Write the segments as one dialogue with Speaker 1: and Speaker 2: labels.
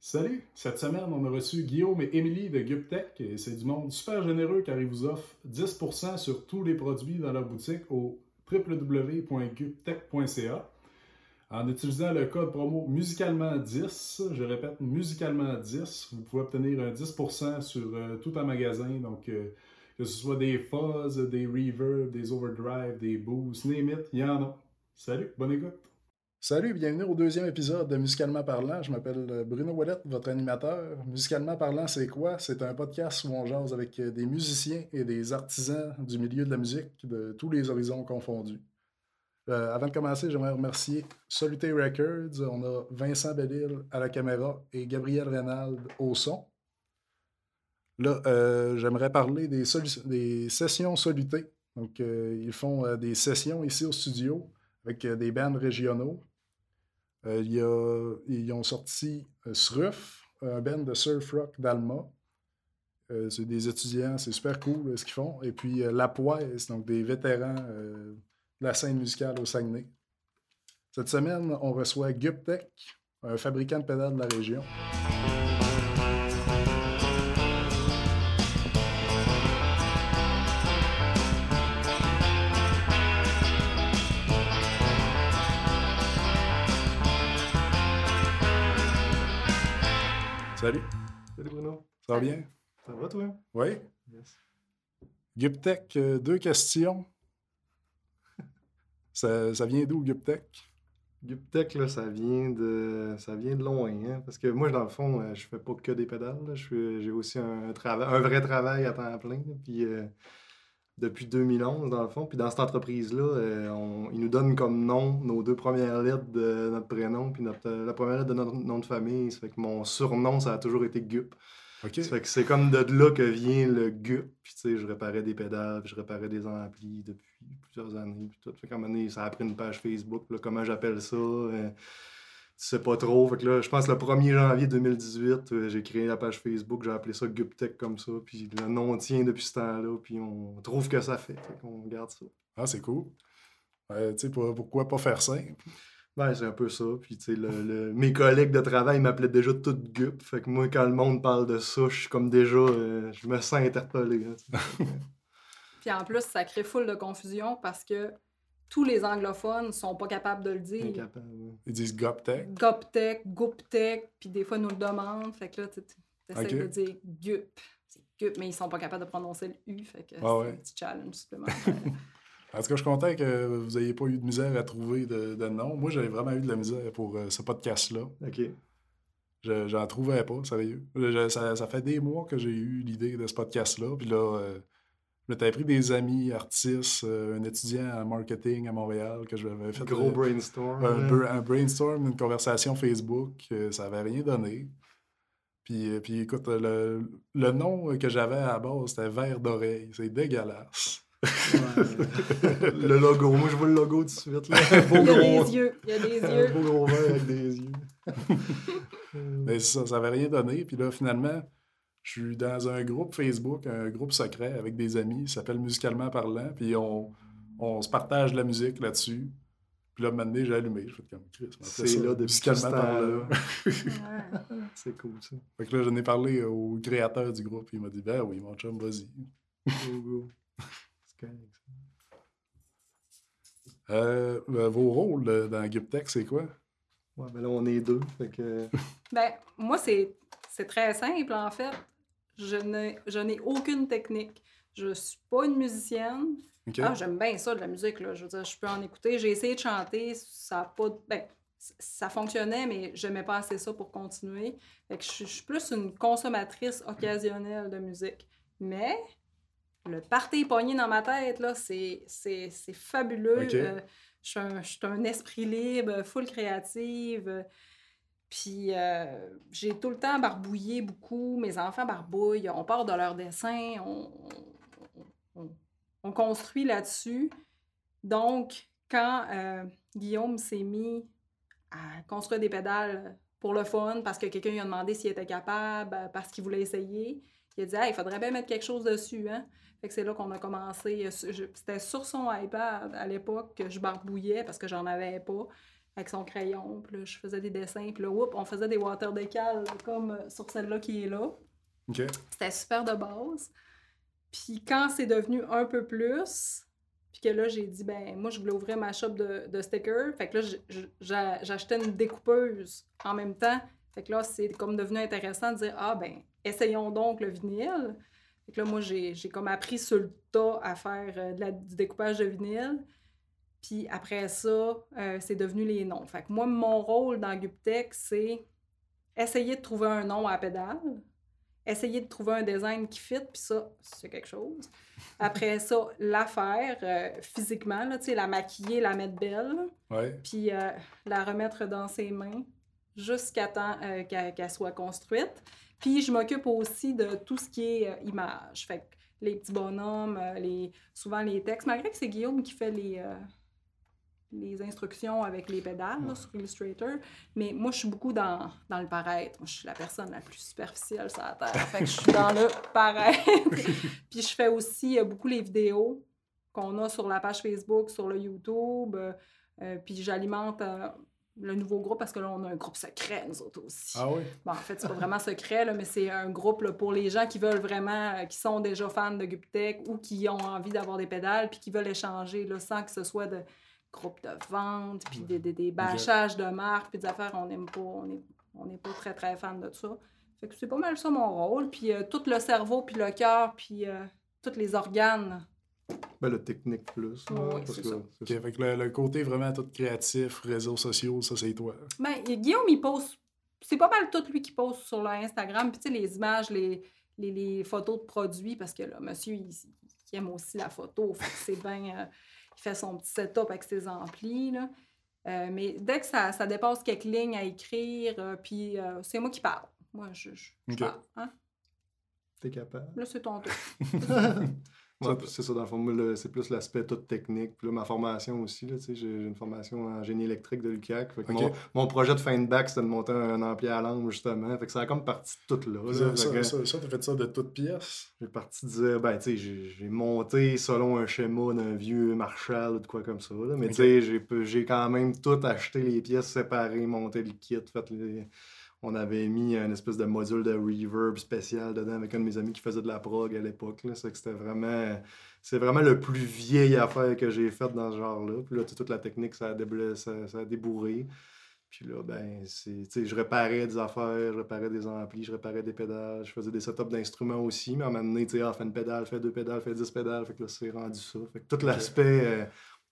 Speaker 1: Salut! Cette semaine, on a reçu Guillaume et Émilie de GupTech et c'est du monde super généreux car ils vous offrent 10% sur tous les produits dans leur boutique au www.guptech.ca en utilisant le code promo musicalement10. Je répète, musicalement10. Vous pouvez obtenir un 10% sur tout un magasin, donc que ce soit des fuzz, des reverb, des overdrive, des boosts, name it, il y en a. Salut, bonne écoute! Salut, bienvenue au deuxième épisode de Musicalement Parlant. Je m'appelle Bruno Ouellette, votre animateur. Musicalement Parlant, c'est quoi? C'est un podcast où on jase avec des musiciens et des artisans du milieu de la musique de tous les horizons confondus. Avant de commencer, j'aimerais remercier Soluté Records. On a Vincent Bellil à la caméra et Gabriel Reynald au son. Là, j'aimerais parler des sessions Soluté. Donc, ils font des sessions ici au studio avec des bands régionaux. Ils ont sorti Sruf, un band de surf rock d'Alma. C'est des étudiants, c'est super cool ce qu'ils font. Et puis La Poisse, donc des vétérans de la scène musicale au Saguenay. Cette semaine, on reçoit GupTech, un fabricant de pédales de la région. Salut,
Speaker 2: Salut Bruno.
Speaker 1: ça va bien?
Speaker 2: Ça va toi?
Speaker 1: Oui.
Speaker 2: Yes.
Speaker 1: GupTech, deux questions. Ça vient d'où, GupTech?
Speaker 2: GupTech, là, ça vient de loin, hein? Parce que moi, dans le fond, je fais pas que des pédales, là. J'ai aussi un vrai travail à temps plein, là. Puis depuis 2011, dans le fond. Puis dans cette entreprise-là, ils nous donnent comme nom nos deux premières lettres de notre prénom, puis la première lettre de notre nom de famille. Ça fait que mon surnom, ça a toujours été Gup.
Speaker 1: OK.
Speaker 2: Ça fait que c'est comme de là que vient le Gup. Puis tu sais, je réparais des pédales, puis je réparais des amplis depuis plusieurs années. Puis tout. Fait qu'à un moment donné, ça a pris une page Facebook. Là, comment j'appelle ça? Tu sais pas trop. Fait que là, je pense que le 1er janvier 2018, j'ai créé la page Facebook. J'ai appelé ça GupTech comme ça. Puis le nom tient depuis ce temps-là. Puis on trouve que ça fait. Fait qu'on garde ça.
Speaker 1: Ah, c'est cool. Tu sais, pourquoi pas faire simple?
Speaker 2: Ben, c'est un peu ça. Puis, tu sais, mes collègues de travail m'appelaient déjà tout Gup. Fait que moi, quand le monde parle de ça, je suis comme déjà... je me sens interpellé. Hein,
Speaker 3: Puis en plus, ça crée full de confusion parce que tous les anglophones sont pas capables de le dire.
Speaker 2: incapable. Ouais.
Speaker 1: Ils disent GupTech.
Speaker 3: Goptech, Gouptech, puis des fois, ils nous le demandent. Fait que là, tu essaies
Speaker 1: Ok.
Speaker 3: de dire Gup. C'est Gup, mais ils sont pas capables de prononcer le U. Fait que c'est
Speaker 1: ouais.
Speaker 3: un petit challenge supplémentaire.
Speaker 1: En tout cas, je suis content que vous n'ayez pas eu de misère à trouver de nom. Moi, j'avais vraiment eu de la misère pour ce podcast-là.
Speaker 2: OK.
Speaker 1: J'en trouvais pas, sérieux. Ça fait des mois que j'ai eu l'idée de ce podcast-là. Puis là, je m'étais pris des amis artistes, un étudiant en marketing à Montréal que je m'avais fait
Speaker 2: Gros brainstorm.
Speaker 1: un brainstorm, une conversation Facebook. Ça n'avait rien donné. Puis écoute, le nom que j'avais à la base, c'était Vert d'oreille. C'est dégueulasse.
Speaker 2: Ouais. Le logo. Moi, je vois le logo tout de suite. Là.
Speaker 3: Il y a des yeux. Il y a des
Speaker 2: Un
Speaker 3: yeux.
Speaker 2: beau gros verre avec des yeux.
Speaker 1: Mais ça n'avait rien donné. Puis là, finalement, je suis dans un groupe Facebook, un groupe secret avec des amis. Il s'appelle Musicalement Parlant. Puis on se partage de la musique là-dessus. Puis là, un moment donné, j'ai allumé. Je fais comme Chris.
Speaker 2: C'est là depuis
Speaker 1: Musicalement Parlant.
Speaker 3: Ouais.
Speaker 2: C'est cool, ça.
Speaker 1: Fait que là, j'en ai parlé au créateur du groupe. Il m'a dit, ben oui, mon chum, vas-y.
Speaker 2: Go, go. C'est correct, ça.
Speaker 1: Vos rôles dans GupTech, c'est quoi?
Speaker 2: Ouais, ben là, on est deux. Fait que...
Speaker 3: Ben, moi, c'est très simple, en fait. Je n'ai aucune technique. Je suis pas une musicienne.
Speaker 1: OK?
Speaker 3: Ah, j'aime bien ça, de la musique, là. Je veux dire, je peux en écouter. J'ai essayé de chanter, ça a pas... Ben, ça fonctionnait, mais j'aimais pas assez ça pour continuer. Fait que je suis plus une consommatrice occasionnelle de musique. Mais le party pogné dans ma tête, là, c'est fabuleux.
Speaker 1: OK.
Speaker 3: Je suis un esprit libre, full créative. Puis j'ai tout le temps barbouillé beaucoup. Mes enfants barbouillent. On part de leurs dessins. On construit là-dessus. Donc, quand Guillaume s'est mis à construire des pédales pour le fun, parce que quelqu'un lui a demandé s'il était capable, parce qu'il voulait essayer, il a dit « Hey, il faudrait bien mettre quelque chose dessus. Hein? » Fait que c'est là qu'on a commencé. C'était sur son iPad à l'époque que je barbouillais parce que j'en avais pas. avec son crayon. Puis là, je faisais des dessins. Puis là, on faisait des water decals, comme sur celle-là qui est là.
Speaker 1: OK.
Speaker 3: C'était super de base. Puis quand c'est devenu un peu plus, puis que là, j'ai dit, ben moi, je voulais ouvrir ma shop de stickers. Fait que là, j'achetais une découpeuse en même temps. Fait que là, c'est comme devenu intéressant de dire, ah ben, essayons donc le vinyle. Fait que là, moi, j'ai comme appris sur le tas à faire du découpage de vinyle. Puis après ça, c'est devenu les noms. Fait que moi, mon rôle dans Guptech, c'est essayer de trouver un nom à la pédale, essayer de trouver un design qui fit, puis ça, c'est quelque chose. Après ça, la faire physiquement, là, la maquiller, la mettre belle, puis la remettre dans ses mains jusqu'à temps qu'elle soit construite. Puis je m'occupe aussi de tout ce qui est image. Fait que les petits bonhommes, souvent les textes, malgré que c'est Guillaume qui fait les instructions avec les pédales là, sur Illustrator. Mais moi, je suis beaucoup dans le paraître. Moi, je suis la personne la plus superficielle sur la Terre. Fait que je suis dans le paraître. Puis je fais aussi beaucoup les vidéos qu'on a sur la page Facebook, sur le YouTube. Puis j'alimente le nouveau groupe parce que là, on a un groupe secret, nous autres aussi.
Speaker 1: Ah oui?
Speaker 3: Bon, en fait, c'est pas vraiment secret, là, mais c'est un groupe là, pour les gens qui veulent vraiment, qui sont déjà fans de Guptech ou qui ont envie d'avoir des pédales puis qui veulent échanger là, sans que ce soit de groupes de vente, puis des bâchages de marques, puis des affaires, on n'est pas très, très fan de ça. Fait que c'est pas mal ça mon rôle. Puis tout le cerveau, puis le cœur, puis tous les organes.
Speaker 2: Ben, le technique plus.
Speaker 3: Oui, c'est ça.
Speaker 1: Okay, fait que le côté vraiment tout créatif, réseaux sociaux, ça, c'est toi.
Speaker 3: Ben, Guillaume, il poste... C'est pas mal tout lui qui poste sur le Instagram. Puis tu sais, les images, les photos de produits, parce que là, monsieur, il aime aussi la photo. Fait que c'est bien... il fait son petit setup avec ses amplis, là. Mais dès que ça dépasse quelques lignes à écrire, puis c'est moi qui parle. Moi, je parle. Hein?
Speaker 2: T'es capable.
Speaker 3: Là, c'est ton tour.
Speaker 2: Ouais, c'est ça, dans le fond, c'est plus l'aspect tout technique. Puis là, ma formation aussi, là, j'ai une formation en génie électrique de l'UQAC. Fait que mon projet de fin de bac, c'était de monter un ampli à lampe, justement. Fait que ça a comme parti de tout là.
Speaker 1: Ça, t'as fait ça de toutes pièces?
Speaker 2: J'ai parti de dire, ben, tu sais, j'ai monté selon un schéma d'un vieux Marshall ou de quoi comme ça. Là. Mais tu sais, j'ai quand même tout acheté les pièces séparées, monté le kit, fait on avait mis une espèce de module de reverb spécial dedans avec un de mes amis qui faisait de la prog à l'époque. Là. C'est vraiment le plus vieille affaire que j'ai faite dans ce genre-là. Puis là, toute la technique, ça a débourré. Puis là, ben, je réparais des affaires, je réparais des amplis, je réparais des pédales, je faisais des setups d'instruments aussi. Mais à un moment donné, tu sais, fais une pédale, fais 2 pédales, fais 10 pédales. Fait que là, c'est rendu ça. Fait que tout l'aspect...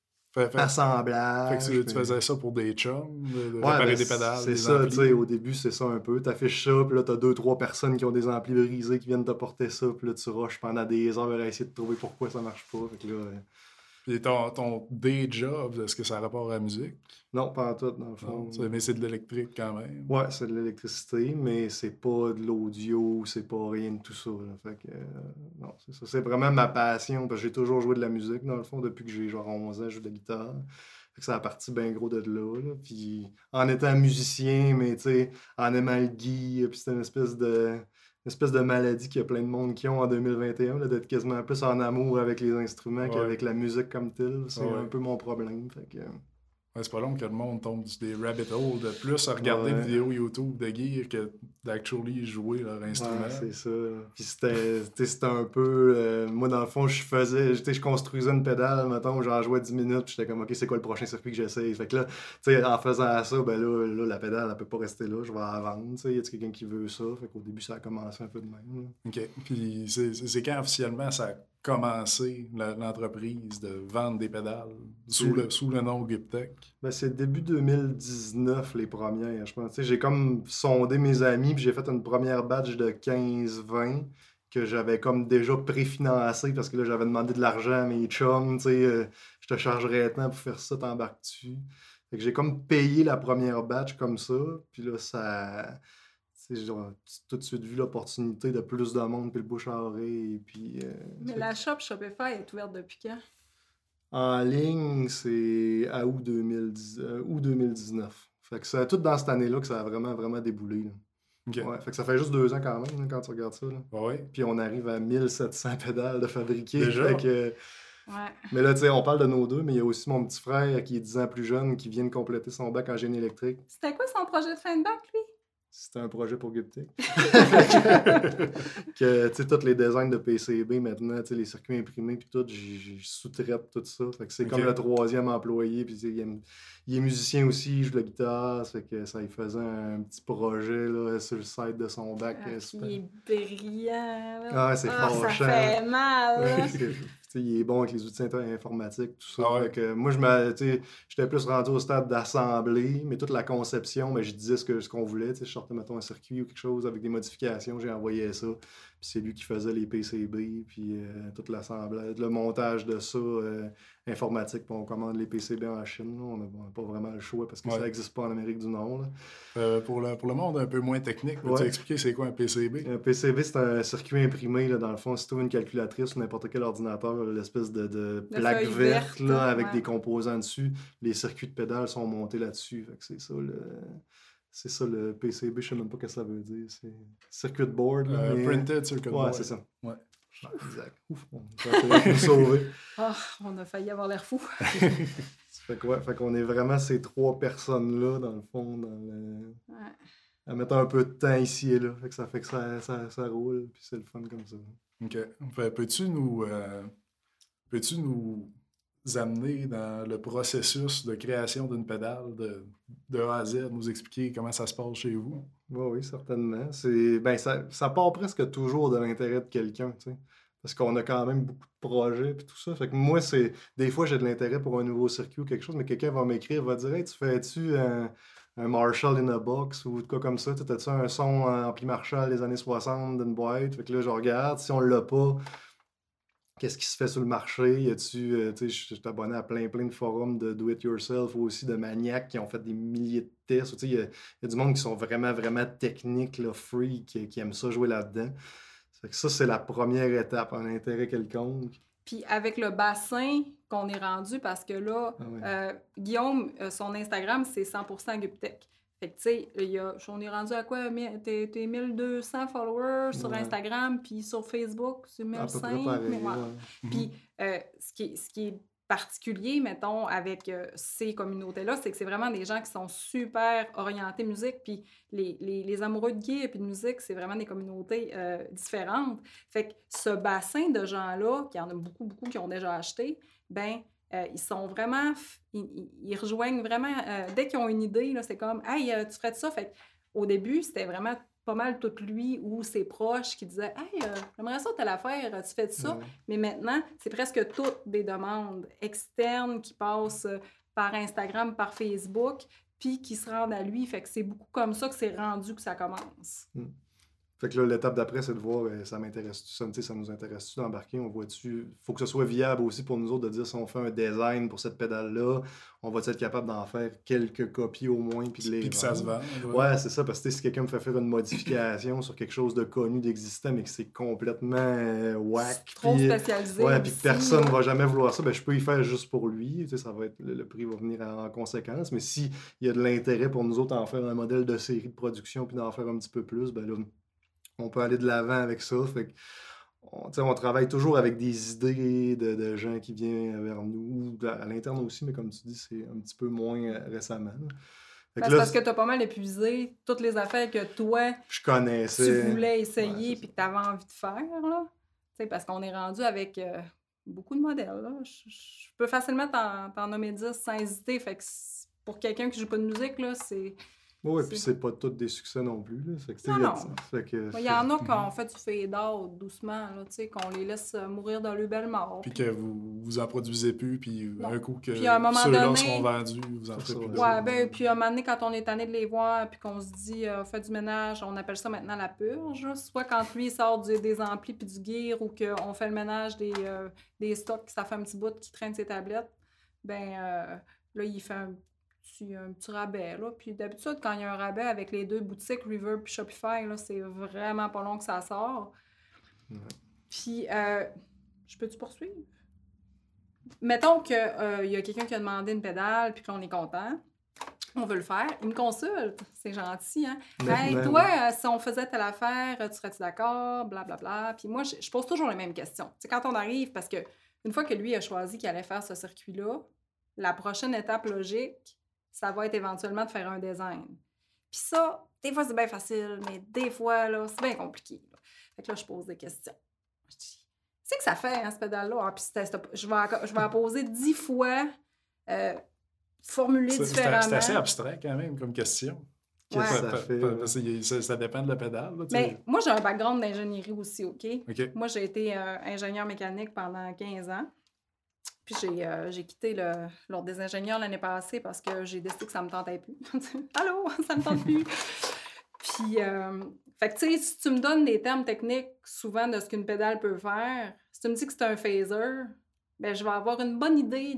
Speaker 2: assemblage.
Speaker 1: Fait que tu faisais ça pour des chums, de réparer des pédales,
Speaker 2: c'est ça, tu sais, au début, c'est ça un peu. T'affiches ça, puis là, t'as 2-3 personnes qui ont des amplis brisés qui viennent t'apporter ça, puis là, tu rushes pendant des heures à essayer de trouver pourquoi ça marche pas. Fait que là...
Speaker 1: Et ton day job, est-ce que ça a rapport à la musique?
Speaker 2: Non, pas en tout, dans le fond.
Speaker 1: Non, mais c'est de l'électrique quand même.
Speaker 2: Ouais, c'est de l'électricité, mais c'est pas de l'audio, c'est pas rien de tout ça. Là. Fait que, non, c'est ça. C'est vraiment ma passion, parce que j'ai toujours joué de la musique, dans le fond, depuis que j'ai genre 11 ans, je joue de la guitare. Fait que ça a parti bien gros de là. Puis en étant musicien, mais tu sais, en aimant le gear, puis c'était une espèce de maladie qu'il y a plein de monde qui ont en 2021, là, d'être quasiment plus en amour avec les instruments qu'avec la musique comme telle. C'est un peu mon problème. Fait que...
Speaker 1: Ouais, c'est pas long que le monde tombe sur des rabbit holes de plus à regarder des vidéos YouTube de gear que d'actually jouer leur instrument.
Speaker 2: Ouais, c'est ça. Puis c'était un peu... moi, dans le fond, je construisais une pédale, mettons, j'en jouais 10 minutes, puis j'étais comme, OK, c'est quoi le prochain circuit que j'essaye? Fait que là, tu sais, en faisant ça, ben là, la pédale, elle peut pas rester là, je vais la vendre, tu sais, y a quelqu'un qui veut ça? Fait qu'au début, ça a commencé un peu de même. Là.
Speaker 1: OK. Puis c'est quand officiellement ça a commencé l'entreprise de vendre des pédales sous le nom Guptech?
Speaker 2: Ben, c'est début 2019 les premières, je pense. J'ai comme sondé mes amis, puis j'ai fait une première batch de 15-20 que j'avais comme déjà préfinancé parce que là, j'avais demandé de l'argent à mes chums, je te chargerais tant pour faire ça, t'embarques dessus. Fait que j'ai comme payé la première batch comme ça, puis là, ça... J'ai tout de suite vu l'opportunité de plus de monde, puis le bouche à oreille, puis...
Speaker 3: Mais la shop Shopify est ouverte depuis quand?
Speaker 2: En ligne, c'est à août 2019. Fait que c'est tout dans cette année-là que ça a vraiment, vraiment déboulé. Là.
Speaker 1: Okay.
Speaker 2: Ouais, fait que ça fait juste 2 ans quand même, là, quand tu regardes ça. Là.
Speaker 1: Ouais.
Speaker 2: Puis on arrive à 1700 pédales de fabriquer.
Speaker 1: Déjà?
Speaker 2: Fait que,
Speaker 3: Ouais.
Speaker 2: Mais là, tu sais, on parle de nos deux, mais il y a aussi mon petit frère qui est 10 ans plus jeune, qui vient de compléter son bac en génie électrique.
Speaker 3: C'était quoi son projet de fin de bac, lui?
Speaker 2: C'était un projet pour Guptec. Que, tu sais, tous les designs de PCB maintenant, tu sais, les circuits imprimés, puis tout, je sous-traite tout ça. Fait que c'est comme le 3e employé, puis il est musicien aussi, il joue de la guitare, fait que ça lui faisait un petit projet là, sur le site de son bac.
Speaker 3: Il est brillant. Là.
Speaker 2: Ah, c'est
Speaker 3: ça
Speaker 2: fâchant.
Speaker 3: fait mal. Là.
Speaker 2: Il est bon avec les outils informatiques, tout ça.
Speaker 1: Ah ouais.
Speaker 2: Fait que moi, j'étais plus rendu au stade d'assembler, mais toute la conception, mais je disais ce qu'on voulait. Je sortais, mettons, un circuit ou quelque chose avec des modifications, j'ai envoyé ça. Puis c'est lui qui faisait les PCB, puis tout l'assemblage, le montage de ça informatique. Puis on commande les PCB en Chine. Là. On n'a pas vraiment le choix parce que ça n'existe pas en Amérique du Nord. Là.
Speaker 1: Pour le monde un peu moins technique, peux-tu expliquer c'est quoi un PCB?
Speaker 2: Un PCB, c'est un circuit imprimé. Là, dans le fond, si tu ouvres une calculatrice ou n'importe quel ordinateur, l'espèce de plaque verte là, avec des composants dessus, les circuits de pédales sont montés là-dessus. Fait que c'est ça le PCB, je sais même pas ce que ça veut dire. C'est circuit board. Mais...
Speaker 1: Printed circuit board.
Speaker 2: Ouais, c'est ça.
Speaker 1: Ouais.
Speaker 2: Exact. Ouf, on va nous sauver.
Speaker 3: On a failli avoir l'air fou.
Speaker 2: Fait qu'on est vraiment ces 3 personnes-là, dans le fond, à mettre un peu de temps ici et là. Fait que ça roule, puis c'est le fun comme ça.
Speaker 1: OK. Peux-tu nous amener dans le processus de création d'une pédale de A à Z, nous expliquer comment ça se passe chez vous?
Speaker 2: Oui, certainement. Ça part presque toujours de l'intérêt de quelqu'un, tu sais. Parce qu'on a quand même beaucoup de projets et tout ça. Fait que moi, des fois, j'ai de l'intérêt pour un nouveau circuit ou quelque chose, mais quelqu'un va m'écrire, va dire « Hey, tu fais-tu un Marshall in a box ou de quoi comme ça? T'as-tu un son ampli Marshall des années 60 d'une boîte? » Fait que là, je regarde. Si on l'a pas, qu'est-ce qui se fait sur le marché? Y a-tu, tu sais, je suis abonné à plein de forums de do-it-yourself ou aussi de maniaques qui ont fait des milliers de tests. Tu sais, il y a du monde qui sont vraiment, vraiment techniques, là, free, qui aiment ça jouer là-dedans. Fait que ça, c'est la première étape, un intérêt quelconque.
Speaker 3: Puis avec le bassin qu'on est rendu, parce que là, Guillaume, son Instagram, c'est 100% Guptec. Fait que, tu sais, on est rendu à quoi? T'es 1200 followers sur Instagram, puis sur Facebook, c'est 1500. Puis ce qui est particulier, mettons, avec ces communautés-là, c'est que c'est vraiment des gens qui sont super orientés musique, puis les amoureux de gear et de musique, c'est vraiment des communautés différentes. Fait que ce bassin de gens-là, qu'il y en a beaucoup qui ont déjà acheté, ils sont vraiment... Ils rejoignent vraiment... dès qu'ils ont une idée, là, c'est comme « Hey, tu ferais de ça? » Fait qu'au début, c'était vraiment pas mal tout lui ou ses proches qui disaient « Hey, j'aimerais ça telle affaire, tu fais de ça? » Mais maintenant, c'est presque toutes des demandes externes qui passent par Instagram, par Facebook, puis qui se rendent à lui. Fait que c'est beaucoup comme ça que c'est rendu que ça commence.
Speaker 2: Fait que là, l'étape d'après, c'est de voir, ça m'intéresse-tu, ça nous intéresse-tu d'embarquer, on voit-tu... Faut que ce soit viable aussi pour nous autres de dire si on fait un design pour cette pédale-là, on va être capable d'en faire quelques copies au moins, puis de les
Speaker 1: puis ça se vend.
Speaker 2: Ouais, c'est ça, parce que si quelqu'un me fait faire une modification sur quelque chose de connu, d'existant, mais que c'est complètement whack,
Speaker 3: trop spécialisé.
Speaker 2: Ouais, puis que personne ne va jamais vouloir ça, je peux y faire juste pour lui, tu sais, ça va être, le prix va venir en conséquence, mais s'il y a de l'intérêt pour nous autres à en faire un modèle de série de production, puis d'en faire un petit peu plus, là... On peut aller de l'avant avec ça. Fait que, on travaille toujours avec des idées de gens qui viennent vers nous, à l'interne aussi, mais comme tu dis, c'est un petit peu moins récemment.
Speaker 3: Parce que tu as pas mal épuisé toutes les affaires que toi,
Speaker 2: je connaissais.
Speaker 3: Tu voulais essayer puis que tu avais envie de faire. Là. Parce qu'on est rendu avec beaucoup de modèles. Là. Je peux facilement t'en nommer 10 sans hésiter. Fait que pour quelqu'un qui joue pas de musique, là, c'est...
Speaker 2: Oui, puis c'est pas tous des succès non plus. Là. Fait que,
Speaker 3: non.
Speaker 2: Il
Speaker 3: y en a qu'on fait du fade-out doucement, là, qu'on les laisse mourir dans le bel mort.
Speaker 1: Puis que vous en produisez plus, puis un coup que
Speaker 3: ceux-là
Speaker 1: seront vendus, vous en ferez plus.
Speaker 3: Ouais, puis à un moment donné, quand on est tanné de les voir, puis qu'on se dit, fait du ménage, on appelle ça maintenant la purge. Là. Soit quand lui, il sort des amplis puis du gear, ou qu'on fait le ménage des stocks, ça fait un petit bout qui traîne ses tablettes, là, il fait un petit rabais, là. Puis d'habitude, quand il y a un rabais avec les 2 boutiques, Reverb et Shopify, là, c'est vraiment pas long que ça sort. Puis, je peux-tu poursuivre? Mettons qu'il y a quelqu'un qui a demandé une pédale, puis qu'on est content. On veut le faire. Il me consulte. C'est gentil, hein? Hey, toi, si on faisait telle affaire, tu serais-tu d'accord? Blablabla. Puis moi, je pose toujours les mêmes questions. C'est quand on arrive, parce que une fois que lui a choisi qu'il allait faire ce circuit-là, la prochaine étape logique, ça va être éventuellement de faire un design. Puis ça, des fois, c'est bien facile, mais des fois, là, c'est bien compliqué. Là. Fait que là, je pose des questions. Je dis, c'est que ça fait, hein, ce pédale-là? Ah, puis je vais en poser 10 fois, formuler différemment.
Speaker 1: C'est assez abstrait, quand même, comme question.
Speaker 2: Qu'est-ce que ça fait?
Speaker 1: Ça dépend de la pédale. Là,
Speaker 3: mais moi, j'ai un background d'ingénierie aussi, OK?
Speaker 1: Moi,
Speaker 3: j'ai été ingénieur mécanique pendant 15 ans. Puis j'ai quitté l'ordre des ingénieurs l'année passée parce que j'ai décidé que ça me tentait plus. Allô, ça me tente plus. Puis, fait que tu sais, si tu me donnes des termes techniques souvent de ce qu'une pédale peut faire, si tu me dis que c'est un phaser, ben je vais avoir une bonne idée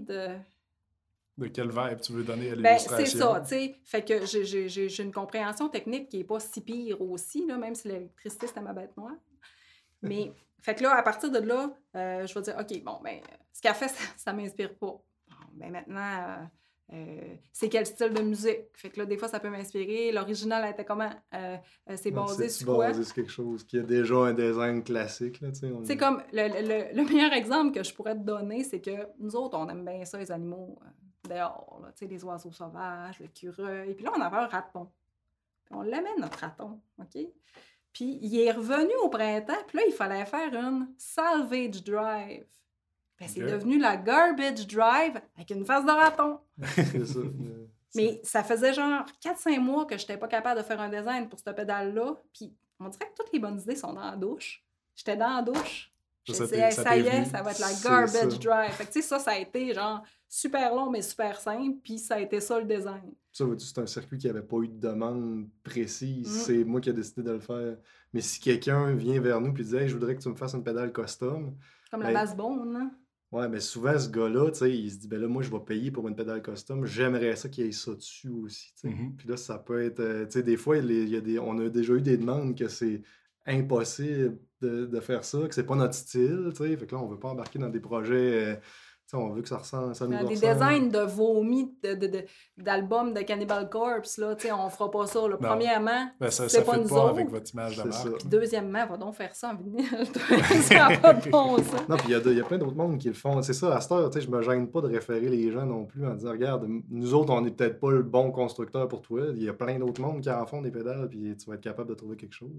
Speaker 1: de quel vibe tu veux donner à l'illustration.
Speaker 3: C'est ça, tu sais. Fait que j'ai une compréhension technique qui n'est pas si pire aussi, là, même si l'électricité, c'était ma bête noire. Mais, fait que là, à partir de là, je vais dire, OK, bon, ben, ce qu'elle fait, ça ne m'inspire pas. Bon, ben maintenant, c'est quel style de musique? Fait que là, des fois, ça peut m'inspirer. L'original, elle était comment? C'est basé sur quoi?
Speaker 2: C'est basé sur quelque chose qui a déjà un design classique, là, tu sais.
Speaker 3: C'est comme, le meilleur exemple que je pourrais te donner, c'est que nous autres, on aime bien ça, les animaux dehors, tu sais, les oiseaux sauvages, l'écureuil. Puis là, on avait un raton. Puis on l'aimait, notre raton, OK? Puis il est revenu au printemps, puis là, il fallait faire une salvage drive. Ben, c'est devenu la garbage drive avec une face de raton.
Speaker 2: C'est ça.
Speaker 3: Mais ça faisait genre 4-5 mois que je n'étais pas capable de faire un design pour cette pédale-là. Puis on dirait que toutes les bonnes idées sont dans la douche. J'étais dans la douche. Ça y est, ça va être la garbage drive. Fait que tu sais, ça a été genre super long, mais super simple. Puis ça a été ça le design.
Speaker 2: Ça, c'est un circuit qui n'avait pas eu de demande précise. C'est moi qui ai décidé de le faire. Mais si quelqu'un vient vers nous et dit « Hey, je voudrais que tu me fasses une pédale custom. »
Speaker 3: Comme la basse-bone, hein?
Speaker 2: Ouais, mais souvent, ce gars-là, tu sais, il se dit « Ben là, moi, je vais payer pour une pédale custom. J'aimerais ça qu'il y ait ça dessus aussi. » Puis là, ça peut être... tu sais, des fois, on a déjà eu des demandes que c'est impossible de faire ça, que c'est pas notre style, tu sais. Fait que là, on veut pas embarquer dans des projets... on veut que ça ressemble, ça nous ressemble.
Speaker 3: Des designs de vomi d'albums de Cannibal Corpse, là, on fera pas ça. Là. Premièrement, c'est pas nous autres.
Speaker 1: Avec votre image de marque.
Speaker 3: Puis deuxièmement, va donc faire ça en vinyle. Ça n'a pas de bon sens.
Speaker 2: Non, puis il y a plein d'autres mondes qui le font. C'est ça, à cette heure, je me gêne pas de référer les gens non plus en disant, regarde, nous autres, on n'est peut-être pas le bon constructeur pour toi. Il y a plein d'autres mondes qui en font des pédales, puis tu vas être capable de trouver quelque chose.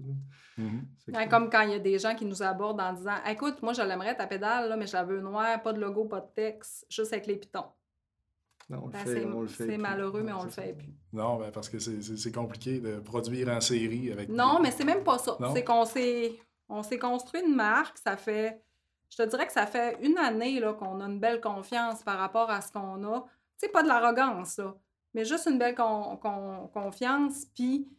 Speaker 3: Comme quand il y a des gens qui nous abordent en disant, écoute, moi, je l'aimerais ta pédale, là, mais je la veux noire, pas de logo, pas de texte, juste avec les pitons.
Speaker 2: Non, on le fait.
Speaker 3: C'est malheureux, mais on le fait plus.
Speaker 1: Non, ben parce que c'est compliqué de produire en série avec...
Speaker 3: Non, mais c'est même pas ça. C'est qu'on s'est construit une marque, ça fait... Je te dirais que ça fait une année là, qu'on a une belle confiance par rapport à ce qu'on a. Tu sais, pas de l'arrogance, là, mais juste une belle confiance, puis...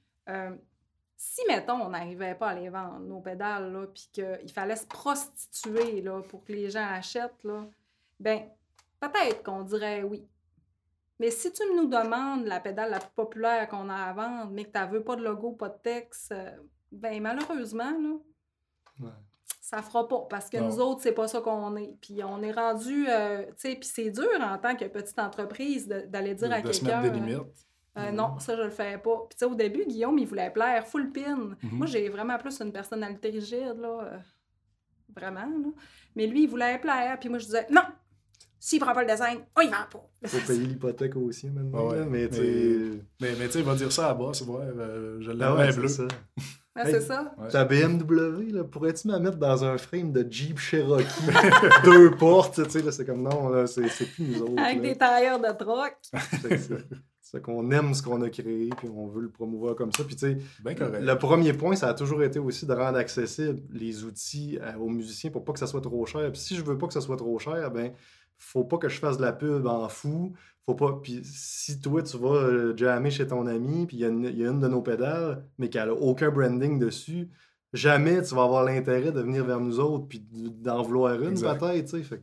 Speaker 3: si, mettons, on n'arrivait pas à les vendre, nos pédales, là, puis qu'il fallait se prostituer là, pour que les gens achètent, là, ben peut-être qu'on dirait oui. Mais si tu nous demandes la pédale la plus populaire qu'on a à vendre, mais que tu ne veux pas de logo, pas de texte, ben malheureusement, là, ça fera pas. Parce que nous autres, c'est pas ça qu'on est. Puis on est rendu, tu sais, puis c'est dur en tant que petite entreprise d'aller dire à quelqu'un...
Speaker 1: De se mettre des limites.
Speaker 3: Non, ça, je le fais pas. Puis, tu sais, au début, Guillaume, il voulait plaire full pin. Moi, j'ai vraiment plus une personnalité rigide, là. Vraiment, là. Mais lui, il voulait plaire. Puis moi, je disais, non! S'il prend pas le design, on y va pas.
Speaker 2: Faut payer l'hypothèque aussi, maintenant. Mais tu
Speaker 1: sais, il va dire ça à bas, c'est vrai. Je l'aime bleu.
Speaker 2: C'est ça.
Speaker 3: C'est ça.
Speaker 2: Ouais. Ta BMW, là, pourrais-tu me mettre dans un frame de Jeep Cherokee? 2 portes, tu sais, là, c'est comme non, là, c'est plus nous autres.
Speaker 3: Avec des tailleurs de troc.
Speaker 2: C'est ça. C'est qu'on aime ce qu'on a créé, puis on veut le promouvoir comme ça. Puis tu sais,
Speaker 1: correct.
Speaker 2: Le premier point, ça a toujours été aussi de rendre accessible les outils aux musiciens pour pas que ça soit trop cher. Puis si je veux pas que ça soit trop cher, ben faut pas que je fasse de la pub en fou. Faut pas. Puis si toi, tu vas jammer chez ton ami, puis il y a une de nos pédales, mais qu'elle a aucun branding dessus, jamais tu vas avoir l'intérêt de venir vers nous autres, puis d'en vouloir une, peut-être, tu sais. Fait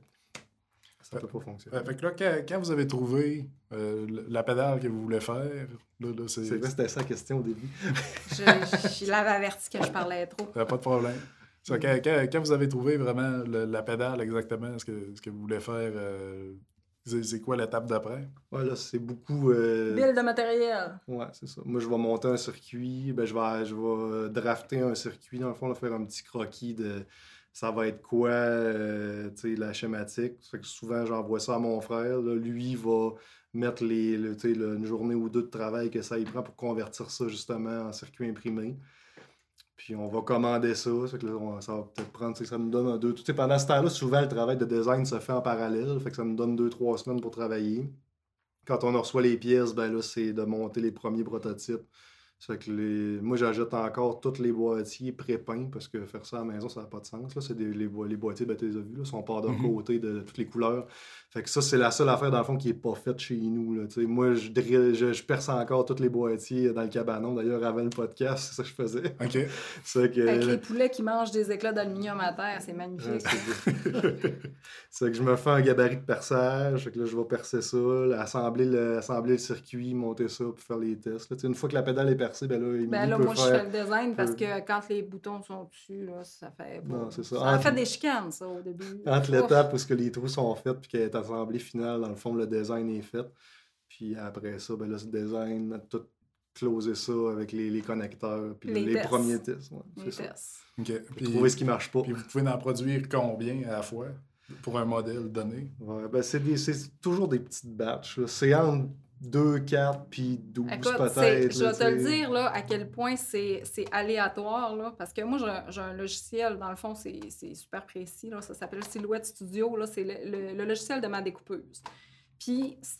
Speaker 2: ça peut pas fonctionner.
Speaker 1: Fait que là, quand vous avez trouvé la pédale que vous voulez faire, là
Speaker 2: c'est vrai, c'était ça la question au début.
Speaker 3: Je l'avais averti que je parlais trop.
Speaker 1: Pas de problème. Quand vous avez trouvé vraiment la pédale exactement, ce que vous voulez faire, C'est quoi l'étape d'après?
Speaker 2: Ouais, là, c'est beaucoup...
Speaker 3: Build de matériel.
Speaker 2: Ouais, c'est ça. Moi, je vais monter un circuit, je vais drafter un circuit, dans le fond, là, faire un petit croquis de ça va être quoi, tu sais, la schématique. Ça fait que souvent, j'envoie ça à mon frère. Là. Lui, il va mettre tu sais, une journée ou deux de travail que ça y prend pour convertir ça, justement, en circuit imprimé. Puis on va commander ça. Ça fait que là, ça va peut-être prendre, tu sais, ça nous donne un deux... Tu sais, pendant ce temps-là, souvent, le travail de design se fait en parallèle. Fait que ça nous donne 2-3 semaines pour travailler. Quand on reçoit les pièces, ben là, c'est de monter les premiers prototypes. Ça fait que moi, j'achète encore tous les boîtiers pré-peints parce que faire ça à la maison, ça n'a pas de sens. Là. C'est les boîtiers, ben, tu les as vus, là, sont pas d'un côté de toutes les couleurs. Fait que ça, c'est la seule affaire, dans le fond, qui n'est pas faite chez nous. Là. Moi, je perce encore tous les boîtiers dans le cabanon. D'ailleurs, avant le podcast, c'est ça que je faisais.
Speaker 1: OK.
Speaker 3: C'est que, avec les poulets qui mangent des éclats d'aluminium à terre, c'est magnifique.
Speaker 2: C'est que je me fais un gabarit de perçage. Fait que là, je vais percer ça, assembler le circuit, monter ça, puis faire les tests. Là. Une fois que la pédale est percée, ben là,
Speaker 3: moi, je fais le design parce que quand les boutons sont dessus, là, ça fait...
Speaker 2: Non, c'est ça.
Speaker 3: Ça fait des chicanes, ça, au début.
Speaker 2: Entre l'étape où les trous sont faits puis qu'elle est assemblée finale, dans le fond, le design est fait. Puis après ça, ben là, ce design, tout closer ça avec les connecteurs puis les premiers tests. Ouais,
Speaker 3: les tests.
Speaker 1: OK. Puis
Speaker 2: trouver ce qui marche pas.
Speaker 1: Puis vous pouvez en produire combien à la fois pour un modèle donné?
Speaker 2: Ouais, ben c'est toujours des petites batches. Là. C'est entre 2, 4 puis 12 peut-être.
Speaker 3: Je vais te le dire là, à quel point c'est aléatoire. Là, parce que moi, j'ai un logiciel, dans le fond, c'est super précis. Là, ça s'appelle Silhouette Studio. Là, c'est le logiciel de ma découpeuse. Puis c'est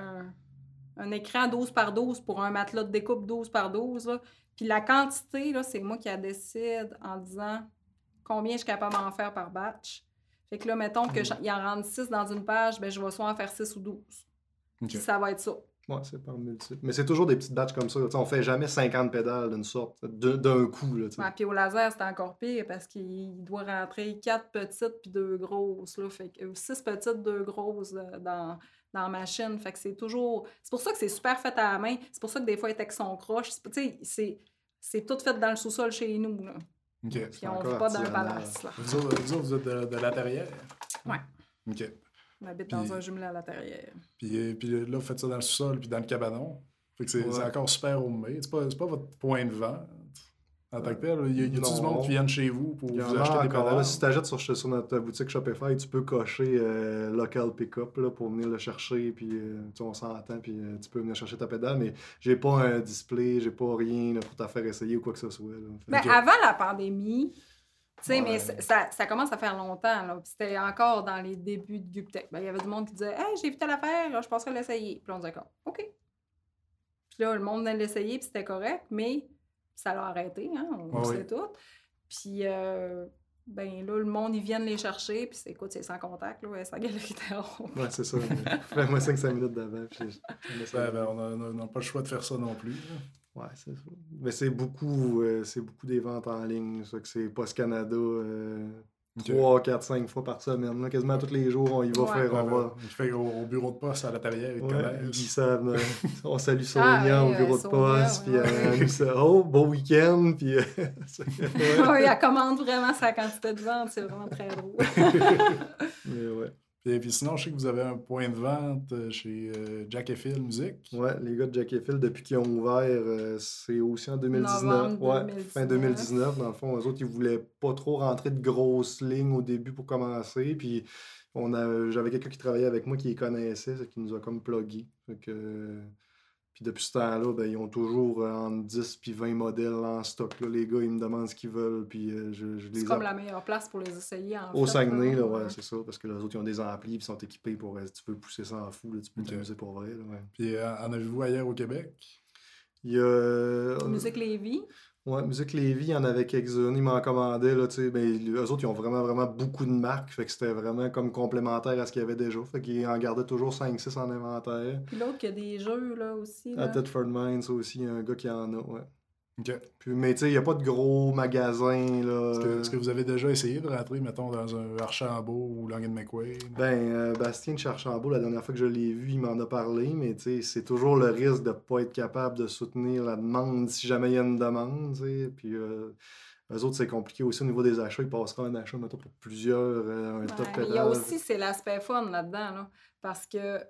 Speaker 3: un écran 12 par 12 pour un matelas de découpe 12 par 12. Là. Puis la quantité, là, c'est moi qui la décide en disant combien je suis capable d'en faire par batch. Fait que là, mettons qu'il en rentre 6 dans une page, ben je vais soit en faire 6 ou 12. Okay. Puis ça va être ça.
Speaker 2: Ouais, c'est par multiple. Mais c'est toujours des petites batches comme ça. T'sais, on fait jamais 50 pédales d'une sorte, d'un coup. Là,
Speaker 3: puis au laser, c'est encore pire parce qu'il doit rentrer 4 petites puis 2 grosses. Là, fait que 6 petites, 2 grosses dans la machine. Fait que c'est toujours... C'est pour ça que c'est super fait à la main. C'est pour ça que des fois, les textes sont croches. C'est tout fait dans le sous-sol chez nous. Là.
Speaker 1: Okay.
Speaker 3: Puis on ne vit pas dans un palace. Là.
Speaker 1: Vous autres, vous êtes de la Terrière?
Speaker 3: Oui.
Speaker 1: OK.
Speaker 3: On habite dans un jumelé à la Terrière.
Speaker 1: Puis là, vous faites ça dans le sous-sol puis dans le cabanon. Fait que c'est encore super homemade. C'est pas votre point de vente en tant que tel. Il y a du monde qui viennent chez vous pour vous acheter des pédales.
Speaker 2: Là, si tu achètes sur notre boutique Shopify, tu peux cocher Local Pickup là, pour venir le chercher. Puis on s'entend. Puis tu peux venir chercher ta pédale. Mais j'ai pas un display, j'ai pas rien là, pour te faire essayer ou quoi que ce soit. Là.
Speaker 3: Avant la pandémie... Tu sais, mais ça commence à faire longtemps, là. Puis c'était encore dans les débuts de GupTech. Il y avait du monde qui disait « Hey, j'ai vu telle affaire, je passerai l'essayer. » Puis on disait « OK. » Puis là, le monde venait l'essayer, puis c'était correct, mais ça l'a arrêté, hein, on sait tout. Puis, ben là, le monde, ils viennent les chercher, puis c'est sans contact, là, sans galerie terreau.
Speaker 2: Ouais, c'est ça. Fais-moi 5 minutes d'avant.
Speaker 1: On n'a pas le choix de faire ça non plus. Là.
Speaker 2: Ouais, c'est ça. Mais c'est beaucoup des ventes en ligne. Ça, que c'est Post Canada 3, 4, 5 fois par semaine. Là, quasiment tous les jours, on y va faire.
Speaker 1: Il fait au bureau de poste à la Terrière.
Speaker 2: Ils savent. On salue Sonia au bureau de poste. Puis elle nous dit oh, bon week-end. Puis,
Speaker 3: elle commande vraiment sa quantité de vente. C'est vraiment très drôle.
Speaker 2: Mais ouais.
Speaker 1: Puis sinon, je sais que vous avez un point de vente chez Jack et Phil Musique.
Speaker 2: Ouais, les gars de Jack et Phil, depuis qu'ils ont ouvert, c'est aussi en 2019.
Speaker 3: Novembre
Speaker 2: 2019. Fin 2019. Dans le fond, eux autres, ils voulaient pas trop rentrer de grosses lignes au début pour commencer. Puis j'avais quelqu'un qui travaillait avec moi qui les connaissait, qui nous a comme plugué. Puis depuis ce temps-là, ben, ils ont toujours entre 10 et 20 modèles en stock. Là. Les gars, ils me demandent ce qu'ils veulent. Puis
Speaker 3: c'est comme la meilleure place pour les essayer.
Speaker 2: Au Saguenay, là, ouais, c'est ça. Parce que les autres, ils ont des amplis et sont équipés pour. Si tu veux pousser ça en fou, là, tu peux t'amuser pour vrai. Là, ouais.
Speaker 1: Puis en avez-vous ailleurs au Québec?
Speaker 2: Il y a.
Speaker 3: Musique Lévis.
Speaker 2: Ouais, Musique Lévis, il y en avait quelques-unes. Ils m'en commandaient, là, tu sais. Ben, eux autres, ils ont vraiment, vraiment beaucoup de marques. Fait que c'était vraiment comme complémentaire à ce qu'il y avait déjà. Fait qu'ils en gardaient toujours 5-6 en inventaire.
Speaker 3: Puis l'autre qui a des jeux, là, aussi. Là.
Speaker 2: À Thetford Mines, aussi, il y a un gars qui en a, ouais.
Speaker 1: OK.
Speaker 2: Puis, mais tu sais, il n'y a pas de gros magasins, là.
Speaker 1: Est-ce que vous avez déjà essayé de rentrer, mettons, dans un Archambault ou Long & McQuaid?
Speaker 2: Ben, Bastien de Archambault, la dernière fois que je l'ai vu, il m'en a parlé, mais tu sais, c'est toujours le risque de ne pas être capable de soutenir la demande si jamais il y a une demande, tu sais. Puis Eux autres, c'est compliqué aussi au niveau des achats. Ils passeront un achat, mettons, pour plusieurs, un top
Speaker 3: Ouais, mais
Speaker 2: pédale.
Speaker 3: il y a aussi, c'est l'aspect fun là-dedans, là, parce que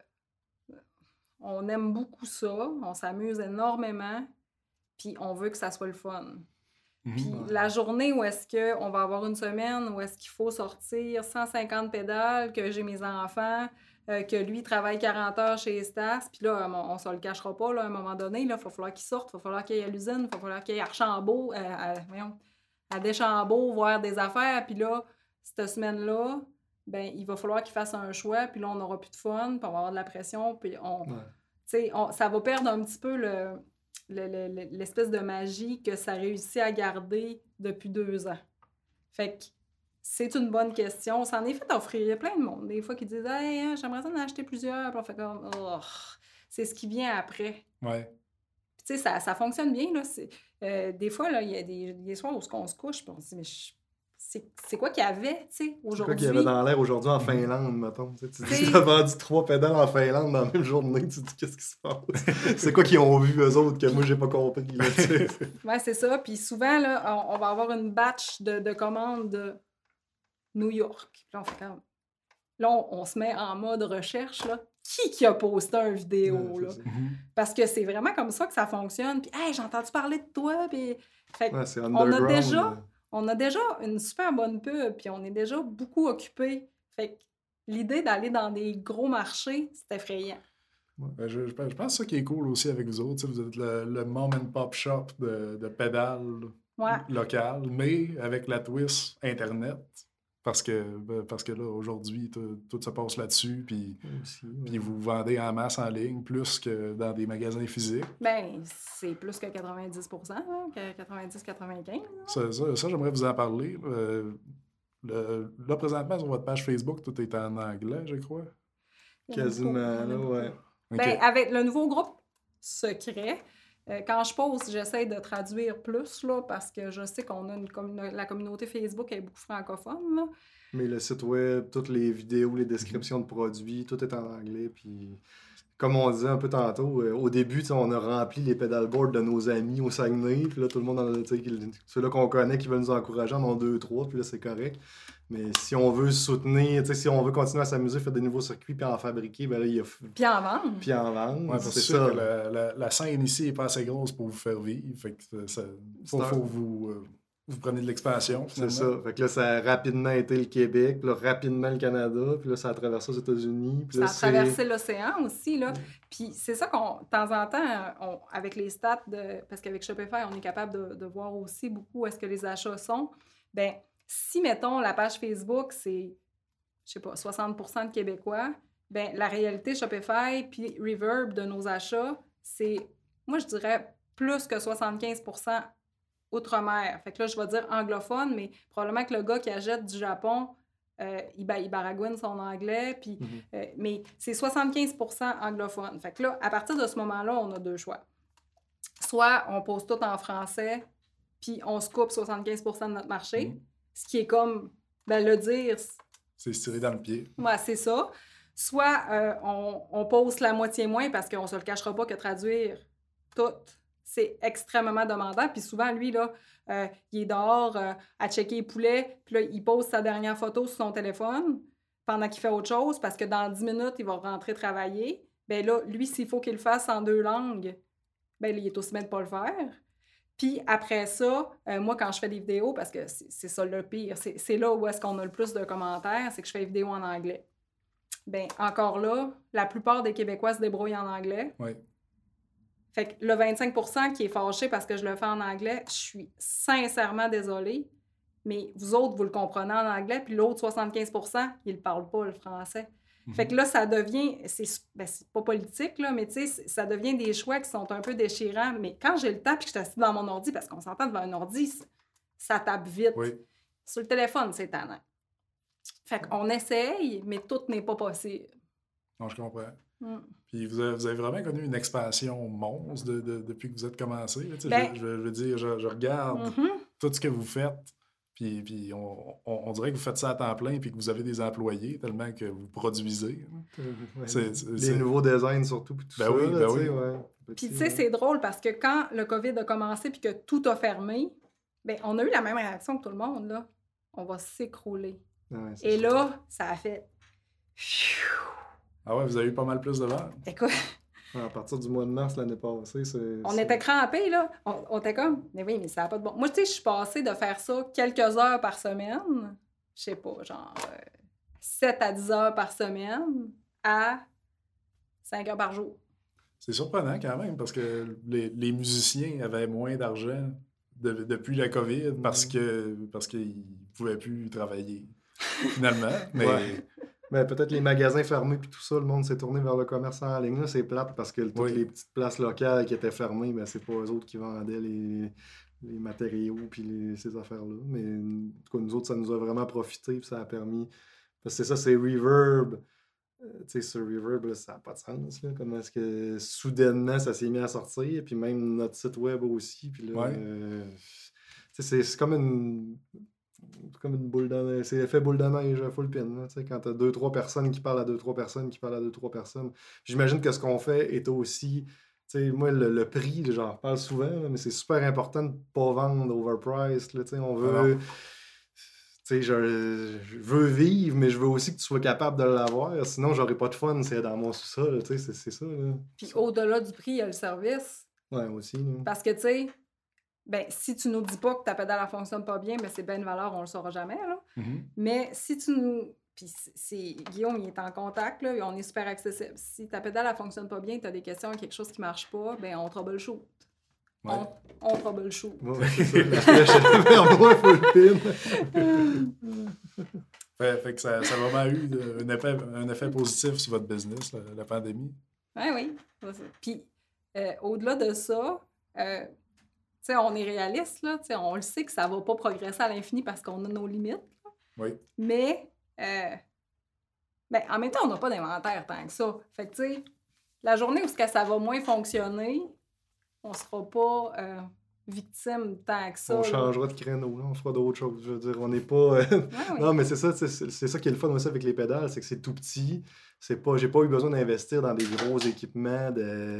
Speaker 3: on aime beaucoup ça, on s'amuse énormément, puis on veut que ça soit le fun. Puis la journée où est-ce qu'on va avoir une semaine où est-ce qu'il faut sortir 150 pédales, que j'ai mes enfants, que lui travaille 40 heures chez Stas, puis là, on se le cachera pas, là, à un moment donné, il va falloir qu'il sorte, il va falloir qu'il aille à l'usine, il va falloir qu'il aille à Archambault, à Deschambault, voir des affaires, puis là, cette semaine-là, ben il va falloir qu'il fasse un choix, puis là, on n'aura plus de fun, puis on va avoir de la pression, puis ça va perdre un petit peu l'espèce de magie que ça réussit à garder depuis 2 ans. Fait que c'est une bonne question. Ça en est fait offrir. Il y a plein de monde, des fois, qui disent « Hey, j'aimerais ça en acheter plusieurs. » Puis on fait comme « Oh, c'est ce qui vient après. »
Speaker 1: Ouais.
Speaker 3: Puis tu sais, ça fonctionne bien, là. Des fois, là, il y a des soirs où on se couche, puis on se dit « Mais c'est quoi qu'il y avait, tu sais, aujourd'hui? »
Speaker 2: C'est quoi qu'il y avait dans l'air aujourd'hui en Finlande, mettons? Tu dis, t'as vendu 3 pédales en Finlande dans la même journée, tu te dis, qu'est-ce qui se passe? C'est quoi qu'ils ont vu, eux autres, que moi, j'ai pas compris, là, tu sais?
Speaker 3: Ouais, c'est ça. Puis souvent, là, on va avoir une batch de commandes de New York. Puis là, on fait comme... Là, on se met en mode recherche, là. Qui a posté une vidéo, là? Parce que c'est vraiment comme ça que ça fonctionne. Puis, hey, j'ai entendu parler de toi, puis... Fait
Speaker 2: Ouais, c'est
Speaker 3: on a
Speaker 2: underground.
Speaker 3: déjà une super bonne pub, puis on est déjà beaucoup occupés. Fait que l'idée d'aller dans des gros marchés, c'est effrayant.
Speaker 1: Ouais, je pense que ça qui est cool aussi avec vous autres, tu sais, vous êtes le mom and pop shop de pédales locales, mais avec la twist Internet. Parce que là, aujourd'hui, tout se passe là-dessus, puis vous vendez en masse en ligne, plus que dans des magasins physiques.
Speaker 3: Ben, c'est plus que 90%, hein, que 90-95%.
Speaker 1: Ça, j'aimerais vous en parler. Là, présentement, sur votre page Facebook, tout est en anglais, je crois.
Speaker 2: Quasiment, là, ouais.
Speaker 3: Ben, avec le nouveau groupe secret, quand je poste, j'essaie de traduire plus, là, parce que je sais qu'on a la communauté Facebook est beaucoup francophone, là.
Speaker 2: Mais le site web, toutes les vidéos, les descriptions de produits, tout est en anglais. Puis, comme on disait un peu tantôt, au début, on a rempli les pedalboards de nos amis au Saguenay. Puis là, tout le monde, ceux-là qu'on connaît qui veulent nous encourager en ont 2-3, puis là, c'est correct. Mais si on veut soutenir, si on veut continuer à s'amuser, faire des nouveaux circuits, puis en fabriquer, ben là, il y a...
Speaker 3: Puis en vendre.
Speaker 2: Puis en vendre,
Speaker 1: ouais, c'est ça. Que la scène ici n'est pas assez grosse pour vous faire vivre. Fait que faut vous prenez de l'expansion, finalement.
Speaker 2: C'est ça. Fait que là, ça a rapidement été le Québec, puis là, rapidement le Canada, puis là, ça a traversé aux États-Unis.
Speaker 3: Ça a traversé l'océan aussi, là. Puis c'est ça qu'on, de temps en temps, avec les stats, parce qu'avec Shopify, on est capable de voir aussi beaucoup où est-ce que les achats sont. Ben si, mettons, la page Facebook, c'est, je sais pas, 60% de Québécois, ben la réalité Shopify puis Reverb de nos achats, c'est, moi, je dirais plus que 75% outre-mer. Fait que là, je vais dire anglophone, mais probablement que le gars qui achète du Japon, il baragouine son anglais, puis, mais c'est 75% anglophone. Fait que là, à partir de ce moment-là, on a 2 choix. Soit on pose tout en français, puis on se coupe 75% de notre marché, ce qui est comme, ben le dire...
Speaker 1: C'est se tirer dans le pied.
Speaker 3: Ouais, c'est ça. Soit on pose la moitié moins, parce qu'on se le cachera pas que traduire tout... c'est extrêmement demandant. Puis souvent, lui, là, il est dehors à checker les poulets. Puis là, il pose sa dernière photo sur son téléphone pendant qu'il fait autre chose parce que dans 10 minutes, il va rentrer travailler. Bien là, lui, s'il faut qu'il le fasse en 2 langues, bien il est aussi bien de ne pas le faire. Puis après ça, moi, quand je fais des vidéos, parce que c'est ça le pire, c'est là où est-ce qu'on a le plus de commentaires, c'est que je fais des vidéos en anglais. Bien, encore là, la plupart des Québécois se débrouillent en anglais.
Speaker 1: Oui.
Speaker 3: Fait que le 25% qui est fâché parce que je le fais en anglais, je suis sincèrement désolée, mais vous autres, vous le comprenez en anglais, puis l'autre 75%, il ne parle pas le français. Fait que là, ça devient, c'est pas politique, là, mais tu sais, ça devient des choix qui sont un peu déchirants. Mais quand j'ai le temps puis que je suis assise dans mon ordi, parce qu'on s'entend devant un ordi, ça tape vite.
Speaker 1: Oui.
Speaker 3: Sur le téléphone, c'est tannant. Fait qu'on essaye, mais tout n'est pas possible.
Speaker 1: Non, je comprends. Puis vous avez vraiment connu une expansion monstre depuis que vous êtes commencé. Ben, je veux dire, je regarde tout ce que vous faites, puis on dirait que vous faites ça à temps plein puis que vous avez des employés tellement que vous produisez.
Speaker 2: Ouais, les nouveaux designs surtout, puis tout ça.
Speaker 1: Oui,
Speaker 2: là,
Speaker 1: oui.
Speaker 2: Ouais.
Speaker 3: Puis tu sais, c'est drôle parce que quand le COVID a commencé puis que tout a fermé, Ben, on a eu la même réaction que tout le monde, là. On va s'écrouler.
Speaker 2: Ouais, c'est
Speaker 3: Et
Speaker 2: ça.
Speaker 3: là, ça a fait...
Speaker 1: Ah ouais, vous avez eu pas mal plus de ventes.
Speaker 3: Écoute,
Speaker 2: À partir du mois de mars l'année passée,
Speaker 3: on était crampés, là. On était comme, mais oui, mais ça n'a pas de bon... Moi, tu sais, je suis passée de faire ça quelques heures par semaine, je sais pas, genre 7 à 10 heures par semaine, à 5 heures par jour.
Speaker 1: C'est surprenant quand même, parce que les musiciens avaient moins d'argent depuis la COVID parce qu'ils ne pouvaient plus travailler, finalement. Mais
Speaker 2: Ouais. Mais peut-être les magasins fermés puis tout ça, le monde s'est tourné vers le commerce en ligne. Là, c'est plate parce que toutes
Speaker 1: Oui.
Speaker 2: les petites places locales qui étaient fermées, ben, c'est pas eux autres qui vendaient les matériaux puis ces affaires-là. Mais en tout cas, nous autres, ça nous a vraiment profité puis ça a permis... Parce que c'est ça, c'est Reverb. Tu sais, sur Reverb, là, ça n'a pas de sens. Là. Comment est-ce que soudainement, ça s'est mis à sortir? Puis même notre site web aussi. Puis là,
Speaker 1: Ouais.
Speaker 2: tu sais, c'est comme une boule de neige. C'est l'effet boule de neige full pin. Là, tu sais, quand tu as 2-3 personnes qui parlent à 2-3 personnes, qui parlent à 2-3 personnes. J'imagine que ce qu'on fait est aussi... Tu sais, moi, le prix, là, j'en reparle souvent, là, mais c'est super important de ne pas vendre overpriced. Là, tu sais, on veut... Tu sais, je veux vivre, mais je veux aussi que tu sois capable de l'avoir. Sinon, j'aurais pas de fun, c'est dans mon sous-sol. Tu sais, c'est ça. Là.
Speaker 3: Puis au-delà du prix, il y a le service.
Speaker 2: Ouais, aussi. Là.
Speaker 3: Parce que, tu sais, ben, si tu nous dis pas que ta pédale ne fonctionne pas bien, ben, c'est bien une valeur, on le saura jamais, là.
Speaker 1: Mm-hmm.
Speaker 3: Mais si tu nous... Puis Guillaume, il est en contact, là, et on est super accessible. Si ta pédale ne fonctionne pas bien, tu as des questions, quelque chose qui marche pas, ben on troubleshoot.
Speaker 1: Ouais.
Speaker 3: On troubleshoot.
Speaker 2: Ouais, c'est ça. La flèche est en bois full pin.
Speaker 1: Fait que ça a vraiment eu un effet positif sur votre business, la pandémie.
Speaker 3: Oui. Puis, au-delà de ça, tu sais, on est réaliste, là, on le sait que ça va pas progresser à l'infini parce qu'on a nos limites. Là.
Speaker 1: Oui.
Speaker 3: Mais, ben, en même temps, on n'a pas d'inventaire tant que ça. Fait que, tu sais, la journée où ça va moins fonctionner, on sera pas victime tant que ça.
Speaker 2: On changera de créneau, là, on fera d'autres choses. Je veux dire, on n'est pas...
Speaker 3: Oui.
Speaker 2: Non, mais c'est ça qui est le fun aussi avec les pédales, c'est que c'est tout petit. J'ai pas eu besoin d'investir dans des gros équipements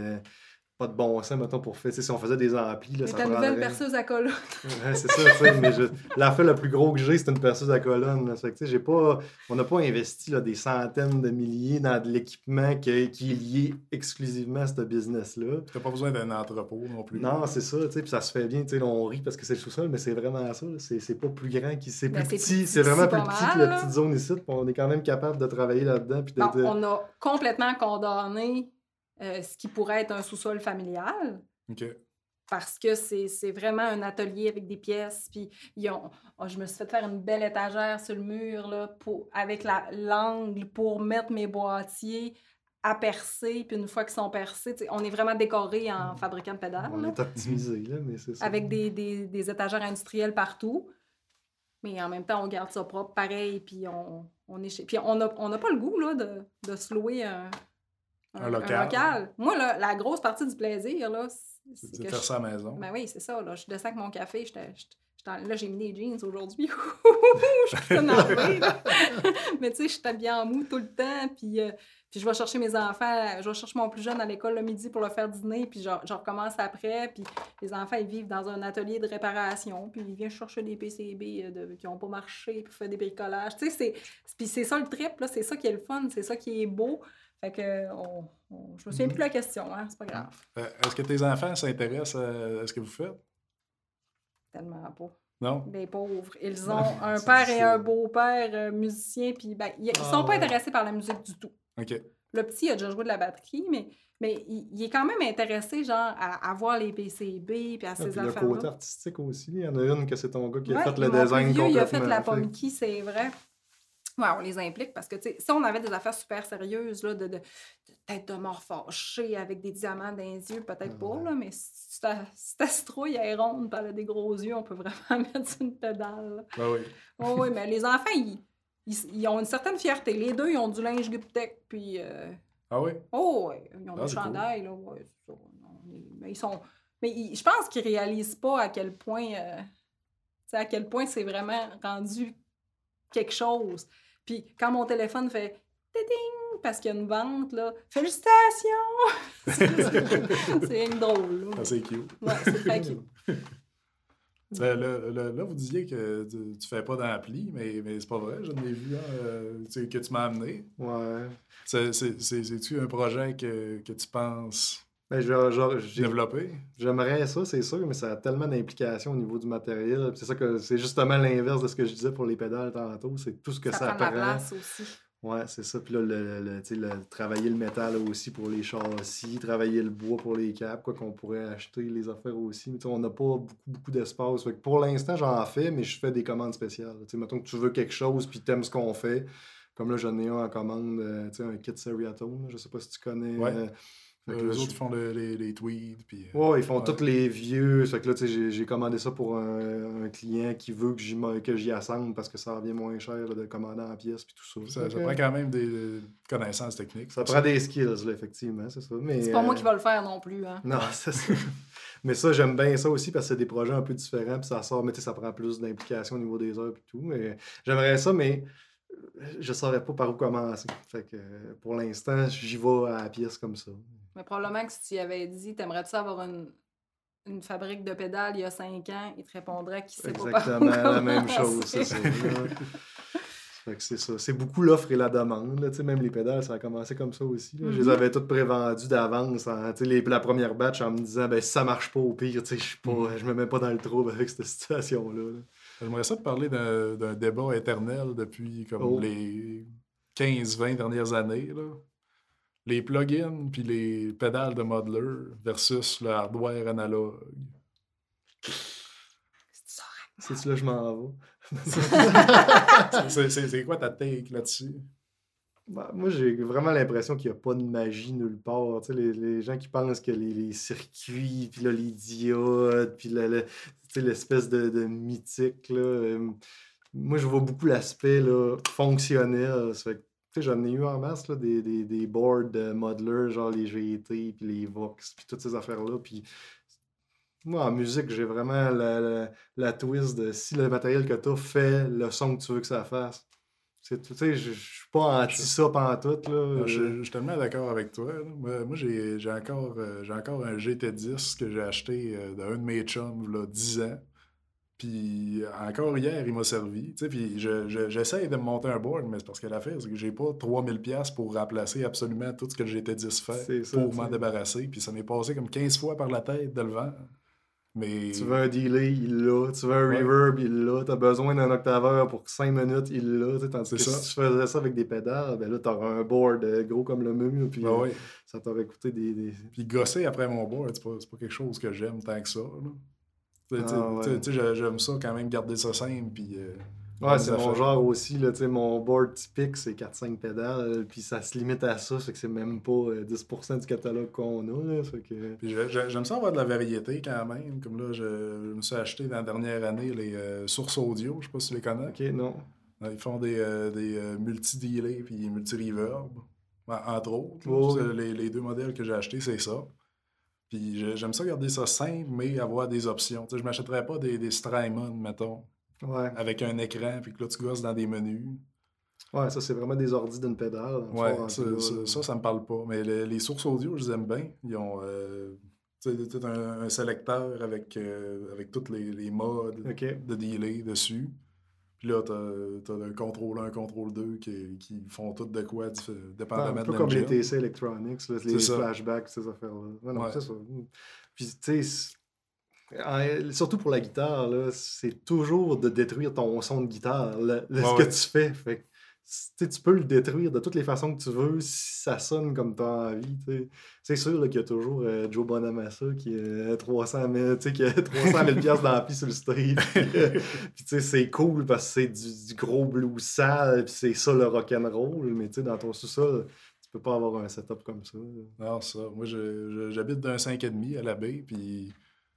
Speaker 2: pas de bon sens, mettons, pour faire... Si on faisait des amplis, là,
Speaker 3: mais
Speaker 2: ça
Speaker 3: ta
Speaker 2: prendrait...
Speaker 3: nouvelle perceuse à colonne.
Speaker 2: Ouais, c'est ça, tu sais, mais l'affaire la plus gros que j'ai, c'est une perceuse à colonne. Là. Fait que, tu sais, on n'a pas investi là, des centaines de milliers dans de l'équipement qui est lié exclusivement à ce business-là.
Speaker 1: Tu n'as pas besoin d'un entrepôt non plus.
Speaker 2: Non, c'est ça, tu sais, puis ça se fait bien, tu sais, on rit parce que c'est le sous-sol, mais c'est vraiment ça, là. C'est pas plus grand, c'est plus petit, c'est vraiment plus petit que la petite zone ici, puis on est quand même capable de travailler là-dedans. Puis
Speaker 3: on a complètement condamné ce qui pourrait être un sous-sol familial.
Speaker 1: OK.
Speaker 3: Parce que c'est vraiment un atelier avec des pièces. Puis je me suis fait faire une belle étagère sur le mur là, avec l'angle pour mettre mes boîtiers à percer. Puis une fois qu'ils sont percés, on est vraiment décoré en fabricant de pédales.
Speaker 2: On est optimisé, là, mais c'est ça.
Speaker 3: Avec des étagères industrielles partout. Mais en même temps, on garde ça propre, pareil. Puis puis on n'a pas le goût là, de se louer un local. Moi, là, la grosse partie du plaisir, là,
Speaker 1: c'est de faire ça à la maison.
Speaker 3: Ben oui, c'est ça. Là. Je descends avec mon café. Là, j'ai mis des jeans aujourd'hui. Je suis énervée. Mais tu sais, je suis habillée en mou tout le temps. Puis je vais chercher mes enfants. Je vais chercher mon plus jeune à l'école le midi pour le faire dîner. Puis je recommence après. Puis les enfants, ils vivent dans un atelier de réparation. Puis ils viennent chercher des PCB qui n'ont pas marché. Puis faire des bricolages. Tu sais, puis c'est ça le trip. Là. C'est ça qui est le fun. C'est ça qui est beau. Fait que je me souviens plus de la question, hein? C'est pas grave.
Speaker 1: Est-ce que tes enfants s'intéressent à ce que vous faites?
Speaker 3: Tellement pas.
Speaker 1: Non?
Speaker 3: Des pauvres. Ils ont un père et un beau-père musiciens, puis ils sont pas intéressés par la musique du tout.
Speaker 1: OK.
Speaker 3: Le petit il a déjà joué de la batterie, mais il est quand même intéressé, genre, à voir les PCB, puis à ces affaires-là.
Speaker 2: Puis le côté artistique aussi. Il y en a une que c'est ton gars qui a fait le
Speaker 3: mon
Speaker 2: design
Speaker 3: plus vieux,
Speaker 2: complètement.
Speaker 3: il a fait la Pomki, c'est vrai. Ouais, on les implique parce que, tu sais, si on avait des affaires super sérieuses, là, de tête de mort fâchée avec des diamants dans les yeux, peut-être pas, là, mais si ta citrouille est ronde et elle a des gros yeux, on peut vraiment mettre sur une pédale.
Speaker 1: Ben oui.
Speaker 3: Oh, oui, mais les enfants, ils ont une certaine fierté. Les deux, ils ont du linge Guptec, puis...
Speaker 1: Ah oui?
Speaker 3: Oh, oui, ils ont des chandails, là, ouais, c'est ça. Mais ils sont... Mais je pense qu'ils réalisent pas à quel point... c'est vraiment rendu quelque chose. Puis quand mon téléphone fait « parce qu'il y a une vente, là, félicitations! » C'est drôle. Là.
Speaker 1: Ah, c'est cute.
Speaker 3: Ouais, c'est très cute.
Speaker 1: Là, vous disiez que tu fais pas d'ampli, mais c'est pas vrai, je l'ai vu que tu m'as amené.
Speaker 2: Ouais.
Speaker 1: C'est-tu un projet que tu penses
Speaker 2: Ben,
Speaker 1: développer?
Speaker 2: j'aimerais ça, c'est sûr, mais ça a tellement d'implications au niveau du matériel. Puis c'est ça que c'est justement l'inverse de ce que je disais pour les pédales tantôt. C'est tout ce que
Speaker 3: Ça
Speaker 2: ça
Speaker 3: prend de la
Speaker 2: prend.
Speaker 3: place aussi.
Speaker 2: Ouais, c'est ça. Puis là, tu sais, travailler le métal aussi pour les châssis, travailler le bois pour les câbles, quoi qu'on pourrait acheter les affaires aussi. Mais tu sais, on n'a pas beaucoup d'espace. Fait que pour l'instant, j'en fais, mais je fais des commandes spéciales. Tu sais, mettons que tu veux quelque chose, puis t'aimes ce qu'on fait. Comme là, j'en ai un en commande, tu sais, un kit Seriatone. Je sais pas si tu connais.
Speaker 1: Ouais.
Speaker 2: Fait que
Speaker 1: Eux
Speaker 2: là,
Speaker 1: autres font les tweeds. Puis,
Speaker 2: ouais, ils font
Speaker 1: ouais.
Speaker 2: tous les vieux. Fait que là, tu sais, j'ai commandé ça pour un client qui veut que j'y assemble parce que ça revient moins cher là, de commander en pièces puis tout ça.
Speaker 1: Ça prend quand même des connaissances techniques.
Speaker 2: Ça prend des skills, là, effectivement, c'est ça. Mais,
Speaker 3: C'est pas moi qui va le faire non plus. Hein.
Speaker 2: Non, c'est ça. Mais ça, j'aime bien ça aussi parce que c'est des projets un peu différents puis ça sort, mais tu sais, ça prend plus d'implication au niveau des heures et tout. Mais j'aimerais ça, mais je saurais pas par où commencer. Fait que pour l'instant, j'y vais à la pièce comme ça.
Speaker 3: Mais probablement que si tu y avais dit, t'aimerais-tu avoir une fabrique de pédales il y a 5 ans, il te répondrait qu'il sait pas par où
Speaker 2: Exactement la même
Speaker 3: commencer.
Speaker 2: chose, c'est ça. Fait que c'est ça. C'est beaucoup l'offre et la demande. Là. Tu sais, même les pédales, ça a commencé comme ça aussi. Là. Je les avais toutes prévendues d'avance. Tu sais, la première batch en me disant ben, si ça marche pas au pire, tu sais, je me mets pas dans le trouble avec cette situation-là. Là.
Speaker 1: J'aimerais ça te parler d'un débat éternel depuis comme les 15-20 dernières années. Là. Les plugins puis les pédales de modeler versus le hardware analogue.
Speaker 2: C'est là je m'en vais.
Speaker 1: C'est quoi ta take là-dessus?
Speaker 2: Bah, moi, j'ai vraiment l'impression qu'il n'y a pas de magie nulle part. Tu sais, les gens qui pensent que les circuits, puis là, les diodes, puis tu sais, l'espèce de mythique, là, moi, je vois beaucoup l'aspect là, fonctionnel. Ça fait que, tu sais, j'en ai eu en masse là, des boards de modelers, genre les GT, puis les Vox, puis toutes ces affaires-là. Puis moi, en musique, j'ai vraiment la twist de si le matériel que tu as fait le son que tu veux que ça fasse. Tu sais, je suis pas anti ça pantoute, là.
Speaker 1: Non, je suis tellement d'accord avec toi. Là. Moi j'ai encore un GT10 que j'ai acheté d'un de mes chums, là, 10 ans. Puis encore hier, il m'a servi. Tu sais, puis j'essaye de me monter un board, mais c'est parce que l'affaire, c'est que j'ai pas 3000$ pour remplacer absolument tout ce que le GT10 fait pour m'en débarrasser. Puis ça m'est passé comme 15 fois par la tête de le vendre. Mais...
Speaker 2: Tu veux un delay, il l'a. Tu veux un reverb, il l'a. Tu as besoin d'un octaveur pour 5 minutes, il l'a. Tandis que si tu faisais ça avec des pédales, ben là, tu aurais un board gros comme le mur. Puis ça t'aurait coûté des...
Speaker 1: Puis gosser après mon board, c'est pas quelque chose que j'aime tant que ça. J'aime ça quand même garder ça simple. Puis,
Speaker 2: ouais, c'est mon genre aussi. Là, mon board typique, c'est 4-5 pédales. Puis ça se limite à ça. C'est que c'est même pas 10% du catalogue qu'on a. Là, que...
Speaker 1: Puis j'aime ça avoir de la variété quand même. Comme là, je me suis acheté dans la dernière année les Source Audio. Je sais pas si tu les connais.
Speaker 2: Ok, non.
Speaker 1: Ils font des multi-delay puis multi-reverb. Entre autres. Les deux modèles que j'ai achetés, c'est ça. Puis j'aime ça garder ça simple, mais avoir des options. Tu sais, je m'achèterais pas des Strymon, mettons, avec un écran, puis que là, tu gosses dans des menus.
Speaker 2: Ouais, ça, c'est vraiment des ordis d'une pédale.
Speaker 1: Ouais, ça me parle pas. Mais les sources audio, je les aime bien. Ils ont tout un sélecteur avec tous les modes de delay dessus. Puis là, t'as un contrôle 1, contrôle 2 qui font tout de quoi, dépendamment de l'engine.
Speaker 2: Un peu comme les TC Electronics, là, les flashbacks, ces affaires-là. Non, c'est ça. Puis, tu sais, surtout pour la guitare, là, c'est toujours de détruire ton son de guitare, ce que tu fais. Fait que, tu peux le détruire de toutes les façons que tu veux si ça sonne comme tu as envie. T'sais. C'est sûr qu'il y a toujours Joe Bonamassa qui a 300 000$ d'ampli sur le stage. Puis c'est cool parce que c'est du gros blues sale, puis c'est ça le rock'n'roll. Mais dans ton sous-sol, tu peux pas avoir un setup comme ça.
Speaker 1: Non, ça. Moi, j'habite d'un 5,5 à la baie, puis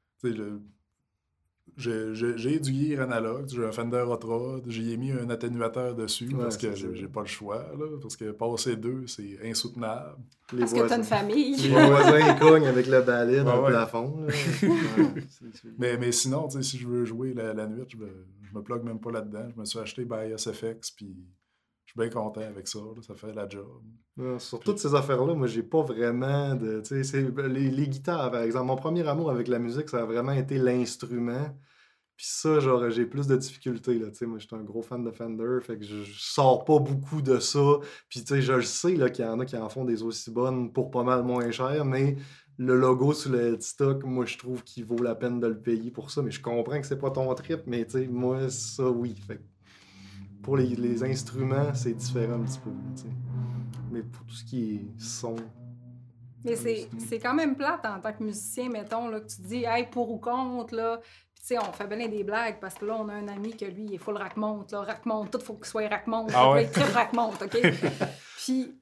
Speaker 1: j'ai du gear analogue, j'ai un Fender Hot Rod, j'y ai mis un atténuateur dessus parce que j'ai pas le choix, là, parce que passer 2, c'est insoutenable.
Speaker 3: Parce que t'as une famille.
Speaker 2: Les voisins, ils cognent avec le balai dans le plafond.
Speaker 1: Mais sinon, si je veux jouer la nuit, je me plug même pas là-dedans. Je me suis acheté Bias FX, puis je suis bien content avec ça. Là, ça fait la job.
Speaker 2: Sur toutes ces affaires-là, moi, j'ai pas vraiment de... Les guitares, par exemple. Mon premier amour avec la musique, ça a vraiment été l'instrument. Puis ça, genre, j'ai plus de difficultés, là, tu sais, moi, je suis un gros fan de Fender, fait que je sors pas beaucoup de ça, puis tu sais, je le sais, là, qu'il y en a qui en font des aussi bonnes pour pas mal moins cher, mais le logo sur le headstock, moi, je trouve qu'il vaut la peine de le payer pour ça, mais je comprends que c'est pas ton trip, mais tu sais, moi, ça, oui, fait que pour les instruments, c'est différent un petit peu, tu sais, mais pour tout ce qui est son...
Speaker 3: Mais c'est quand même plate en tant que musicien, mettons, là, que tu te dis, hey, pour ou contre, là. Puis, tu sais, on fait bien des blagues parce que là, on a un ami que lui, il est full rack-monte, là. Rack-monte, tout faut qu'il soit rack-monte.
Speaker 1: Ah ouais?
Speaker 3: Il tripe rack-monte, OK? Puis,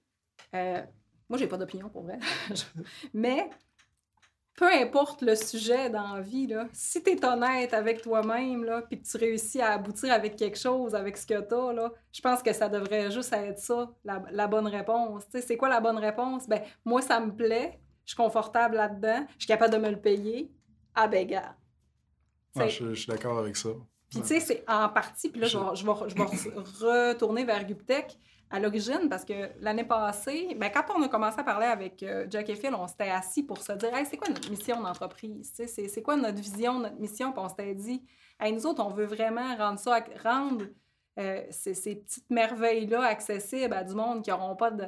Speaker 3: moi, j'ai pas d'opinion pour vrai. Mais, peu importe le sujet dans la vie, là, si t'es honnête avec toi-même, là, puis que tu réussis à aboutir avec quelque chose, avec ce que t'as, là, je pense que ça devrait juste être ça, la bonne réponse. Tu sais, c'est quoi la bonne réponse? Ben, moi, ça me plaît, je suis confortable là-dedans, je suis capable de me le payer. Ah ben, gars.
Speaker 1: Je suis d'accord avec ça.
Speaker 3: Puis, tu sais, c'est en partie, puis là, je vais retourner vers Guptech à l'origine, parce que l'année passée, ben, quand on a commencé à parler avec Jack et Phil, on s'était assis pour se dire, hey, c'est quoi notre mission d'entreprise? C'est quoi notre vision, notre mission? Puis on s'était dit, hey, nous autres, on veut vraiment rendre ces petites merveilles-là accessibles à du monde qui n'auront pas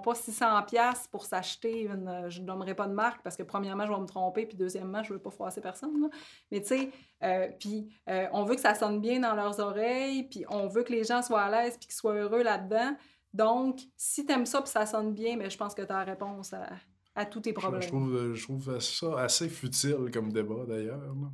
Speaker 3: 600$ pour s'acheter je ne nommerai pas de marque parce que premièrement, je vais me tromper, puis deuxièmement, je ne veux pas froisser personne. Là. Mais tu sais, on veut que ça sonne bien dans leurs oreilles, puis on veut que les gens soient à l'aise puis qu'ils soient heureux là-dedans. Donc, si tu aimes ça puis ça sonne bien, mais je pense que tu as la réponse à tous tes problèmes.
Speaker 1: Je trouve ça assez futile comme débat, d'ailleurs. Là.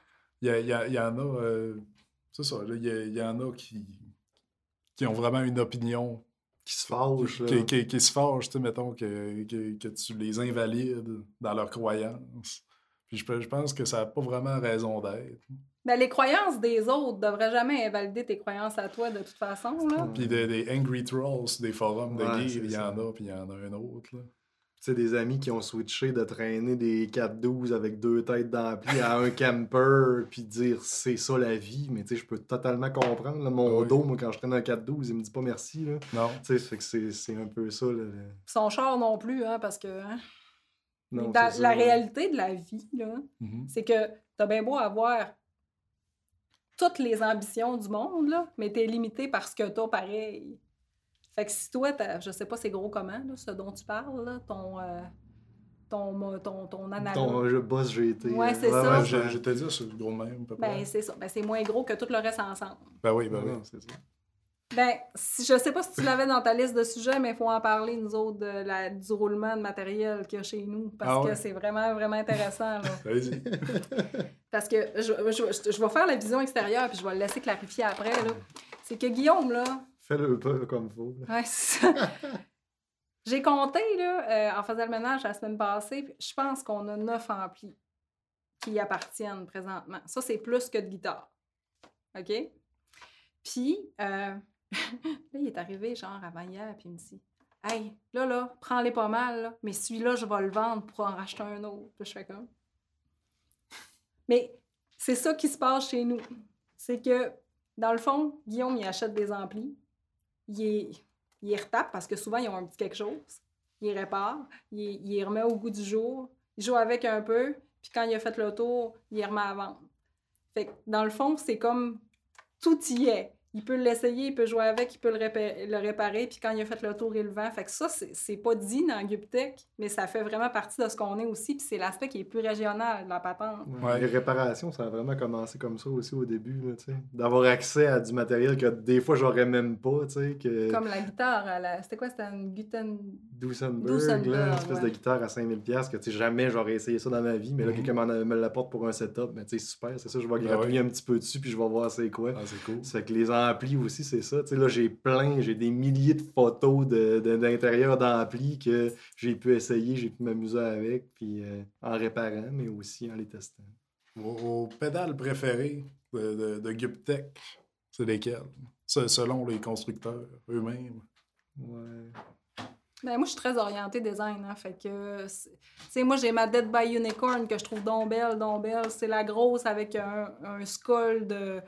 Speaker 1: Il y en a... c'est ça, il y en a qui ont vraiment une opinion
Speaker 2: qui se fâchent.
Speaker 1: Qui se fâchent, tu sais, mettons, que tu les invalides dans leurs croyances. Puis je pense que ça n'a pas vraiment raison d'être.
Speaker 3: Ben, les croyances des autres ne devraient jamais invalider tes croyances à toi, de toute façon. Là.
Speaker 1: Puis des angry trolls, des forums de gear, il y en a, puis il y en a un autre. Là.
Speaker 2: Tu sais, des amis qui ont switché de traîner des 412 avec 2 têtes d'ampli à un camper, puis dire c'est ça la vie, mais tu sais, je peux totalement comprendre. Là, mon dos, moi, quand je traîne un 412, il me dit pas merci. Là.
Speaker 1: Non.
Speaker 2: Tu sais, fait que c'est un peu ça. Là.
Speaker 3: Son char non plus, hein, parce que... Hein,
Speaker 2: non,
Speaker 3: la réalité de la vie, là, c'est que t'as bien beau avoir toutes les ambitions du monde, là, mais t'es limité par ce que t'as pareil. Fait que si toi, je sais pas c'est gros comment, là, ce dont tu parles, là, ton analogue.
Speaker 2: Ton boss GT.
Speaker 3: Ouais, c'est ça.
Speaker 1: Ouais, je te dis, c'est gros même, à peu près.
Speaker 3: Ben, c'est ça. Ben, c'est moins gros que tout le reste ensemble.
Speaker 1: Ben oui, c'est ça.
Speaker 3: Ben, je sais pas si tu l'avais dans ta liste de sujets, mais il faut en parler, nous autres, du roulement de matériel qu'il y a chez nous, parce que c'est vraiment, vraiment intéressant. Là.
Speaker 1: Vas-y.
Speaker 3: Parce que je vais faire la vision extérieure, puis je vais le laisser clarifier après. Là. C'est que Guillaume, là...
Speaker 2: Fais-le pas comme il faut.
Speaker 3: Ouais, c'est ça. J'ai compté, là, en faisant le ménage la semaine passée, puis je pense qu'on a 9 amplis qui y appartiennent présentement. Ça, c'est plus que de guitare. OK? Puis... là, il est arrivé genre avant hier, puis il me dit « Hey, là, prends-les pas mal, là, mais celui-là, je vais le vendre pour en racheter un autre. » Puis je fais comme... Mais c'est ça qui se passe chez nous. C'est que, dans le fond, Guillaume, il achète des amplis, il retape, parce que souvent, ils ont un petit quelque chose, il répare, il les remet au goût du jour, il joue avec un peu, puis quand il a fait le tour, il les remet à vendre. Fait que, dans le fond, c'est comme tout y est. Il peut l'essayer, il peut jouer avec, il peut le réparer, puis quand il a fait le tour, il le vend. Fait que ça, c'est pas dit dans Guptech, mais ça fait vraiment partie de ce qu'on est aussi, puis c'est l'aspect qui est plus régional de la patente.
Speaker 2: Ouais. Les réparations, ça a vraiment commencé comme ça aussi au début, là, tu sais. D'avoir accès à du matériel que des fois, j'aurais même pas, tu sais. Que...
Speaker 3: Comme la guitare, c'était quoi? C'était une
Speaker 2: Duesenberg, là, une espèce de guitare à 5000$ que, tu sais, jamais j'aurais essayé ça dans ma vie, mais là, quelqu'un me l'apporte pour un setup, mais tu sais, super, c'est ça, je vais grappiller un petit peu dessus, puis je vais voir c'est quoi.
Speaker 1: Ah, c'est cool.
Speaker 2: C'est que les amplis aussi, c'est ça. Tu sais, là, j'ai des milliers de photos d'intérieur d'amplis que j'ai pu essayer, j'ai pu m'amuser avec, puis en réparant, mais aussi en les testant.
Speaker 1: Vos pédales préférées de Guptech, c'est lesquelles? Selon les constructeurs eux-mêmes.
Speaker 2: Ouais.
Speaker 3: Ben, moi, je suis très orientée design, hein, fait que... Tu sais, moi, j'ai ma Dead by Unicorn que je trouve donc belle. C'est la grosse avec un skull de...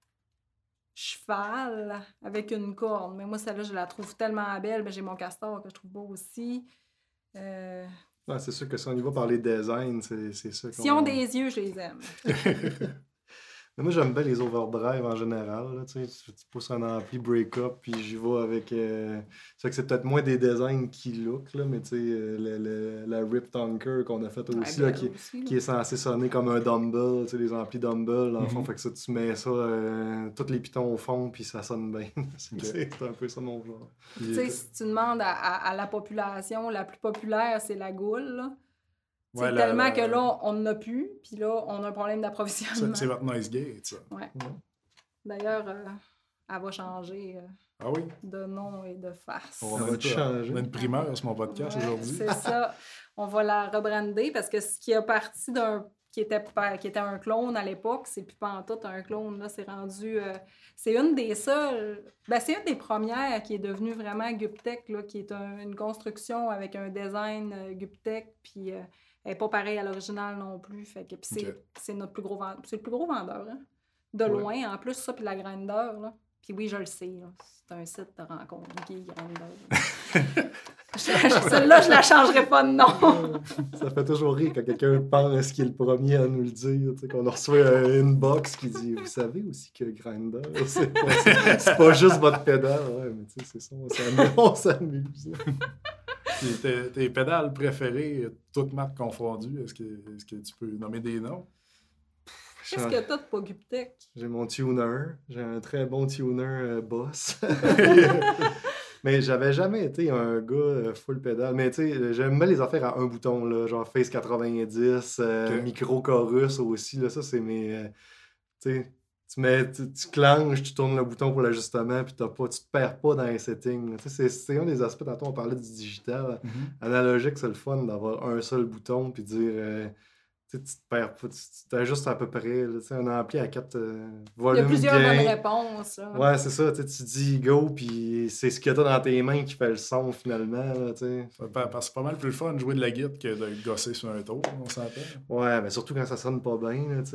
Speaker 3: cheval avec une corne. Mais moi, celle-là, je la trouve tellement belle. Ben, j'ai mon castor que je trouve beau aussi.
Speaker 2: Ouais, c'est sûr que si on y va par les designs, c'est ça.
Speaker 3: S'ils ont des yeux, je les aime.
Speaker 2: Mais moi, j'aime bien les overdrive en général. Là, tu pousses un ampli break-up, puis j'y vais avec. C'est vrai que c'est peut-être moins des designs qui look, là, mais tu sais, la Rip Tonker qu'on a faite
Speaker 3: Ouais,
Speaker 2: aussi, là,
Speaker 3: belle aussi,
Speaker 2: qui est censé sonner comme un dumbbell, tu sais, les amplis dumbbell, dans le fond.
Speaker 1: Mhm.
Speaker 2: Fait que ça, tu mets ça, tous les pitons au fond, puis ça sonne bien. C'est un peu ça mon genre.
Speaker 3: Tu sais, si tu demandes à la population, la plus populaire, c'est la goule, là.
Speaker 1: Ouais,
Speaker 3: C'est tellement que là, on n'en a plus, puis là, on a un problème d'approvisionnement.
Speaker 1: c'est votre noise gate, ça.
Speaker 3: Ouais. D'ailleurs, elle va changer
Speaker 1: Ah oui?
Speaker 3: de nom et de face.
Speaker 2: Ça va changer.
Speaker 1: On a une primeur sur mon podcast
Speaker 3: Ouais,
Speaker 1: aujourd'hui.
Speaker 3: c'est ça. On va la rebrander parce que ce qui est parti qui était un clone à l'époque, c'est plus pantoute un clone, là, c'est rendu... c'est une des seules... Ben, c'est une des premières qui est devenue vraiment Guptec, là, qui est une construction avec un design Guptec, puis elle n'est pas pareille à l'original non plus. Fait que, puis c'est notre plus gros vendeur. C'est le plus gros vendeur, hein? De loin, en plus, ça, puis la Grindr, là. Puis oui, je le sais, là. C'est un site de rencontre, Guy Grindr. Celle-là, je la changerai pas de nom.
Speaker 2: Ça fait toujours rire quand quelqu'un pense qu'il est le premier à nous le dire. Tu sais, qu'on a reçu un inbox qui dit « Vous savez aussi que Grindr, c'est pas juste votre pédale. » Ouais, mais tu sais, c'est ça, on s'amuse.
Speaker 1: Tes pédales préférées, toutes marques confondues, est-ce que tu peux nommer des noms?
Speaker 3: Qu'est-ce que t'as de pas Guptec?
Speaker 2: J'ai mon tuner. J'ai un très bon tuner Boss. Mais j'avais jamais été un gars full pédale. Mais tu sais, j'aime bien les affaires à un bouton, là, genre Face 90, Micro Chorus aussi. Là, ça, c'est mes... tu sais, tu clenches, tu tournes le bouton pour l'ajustement, puis tu te perds pas dans les settings. C'est un des aspects, tantôt on parlait du digital. Analogique, c'est le fun d'avoir un seul bouton, puis dire... tu te perds pas, tu t'ajustes à peu près. Là, un ampli à 4 volumes.
Speaker 3: Il y a plusieurs
Speaker 2: gain.
Speaker 3: bonnes réponses. Là.
Speaker 2: Ouais, c'est ça. Tu dis go, puis c'est ce que t'as dans tes mains qui fait le son finalement. Là,
Speaker 1: parce que c'est pas mal plus le fun de jouer de la guitare que de gosser sur un tour, on s'entend.
Speaker 2: Ouais, mais surtout quand ça sonne pas bien. Là,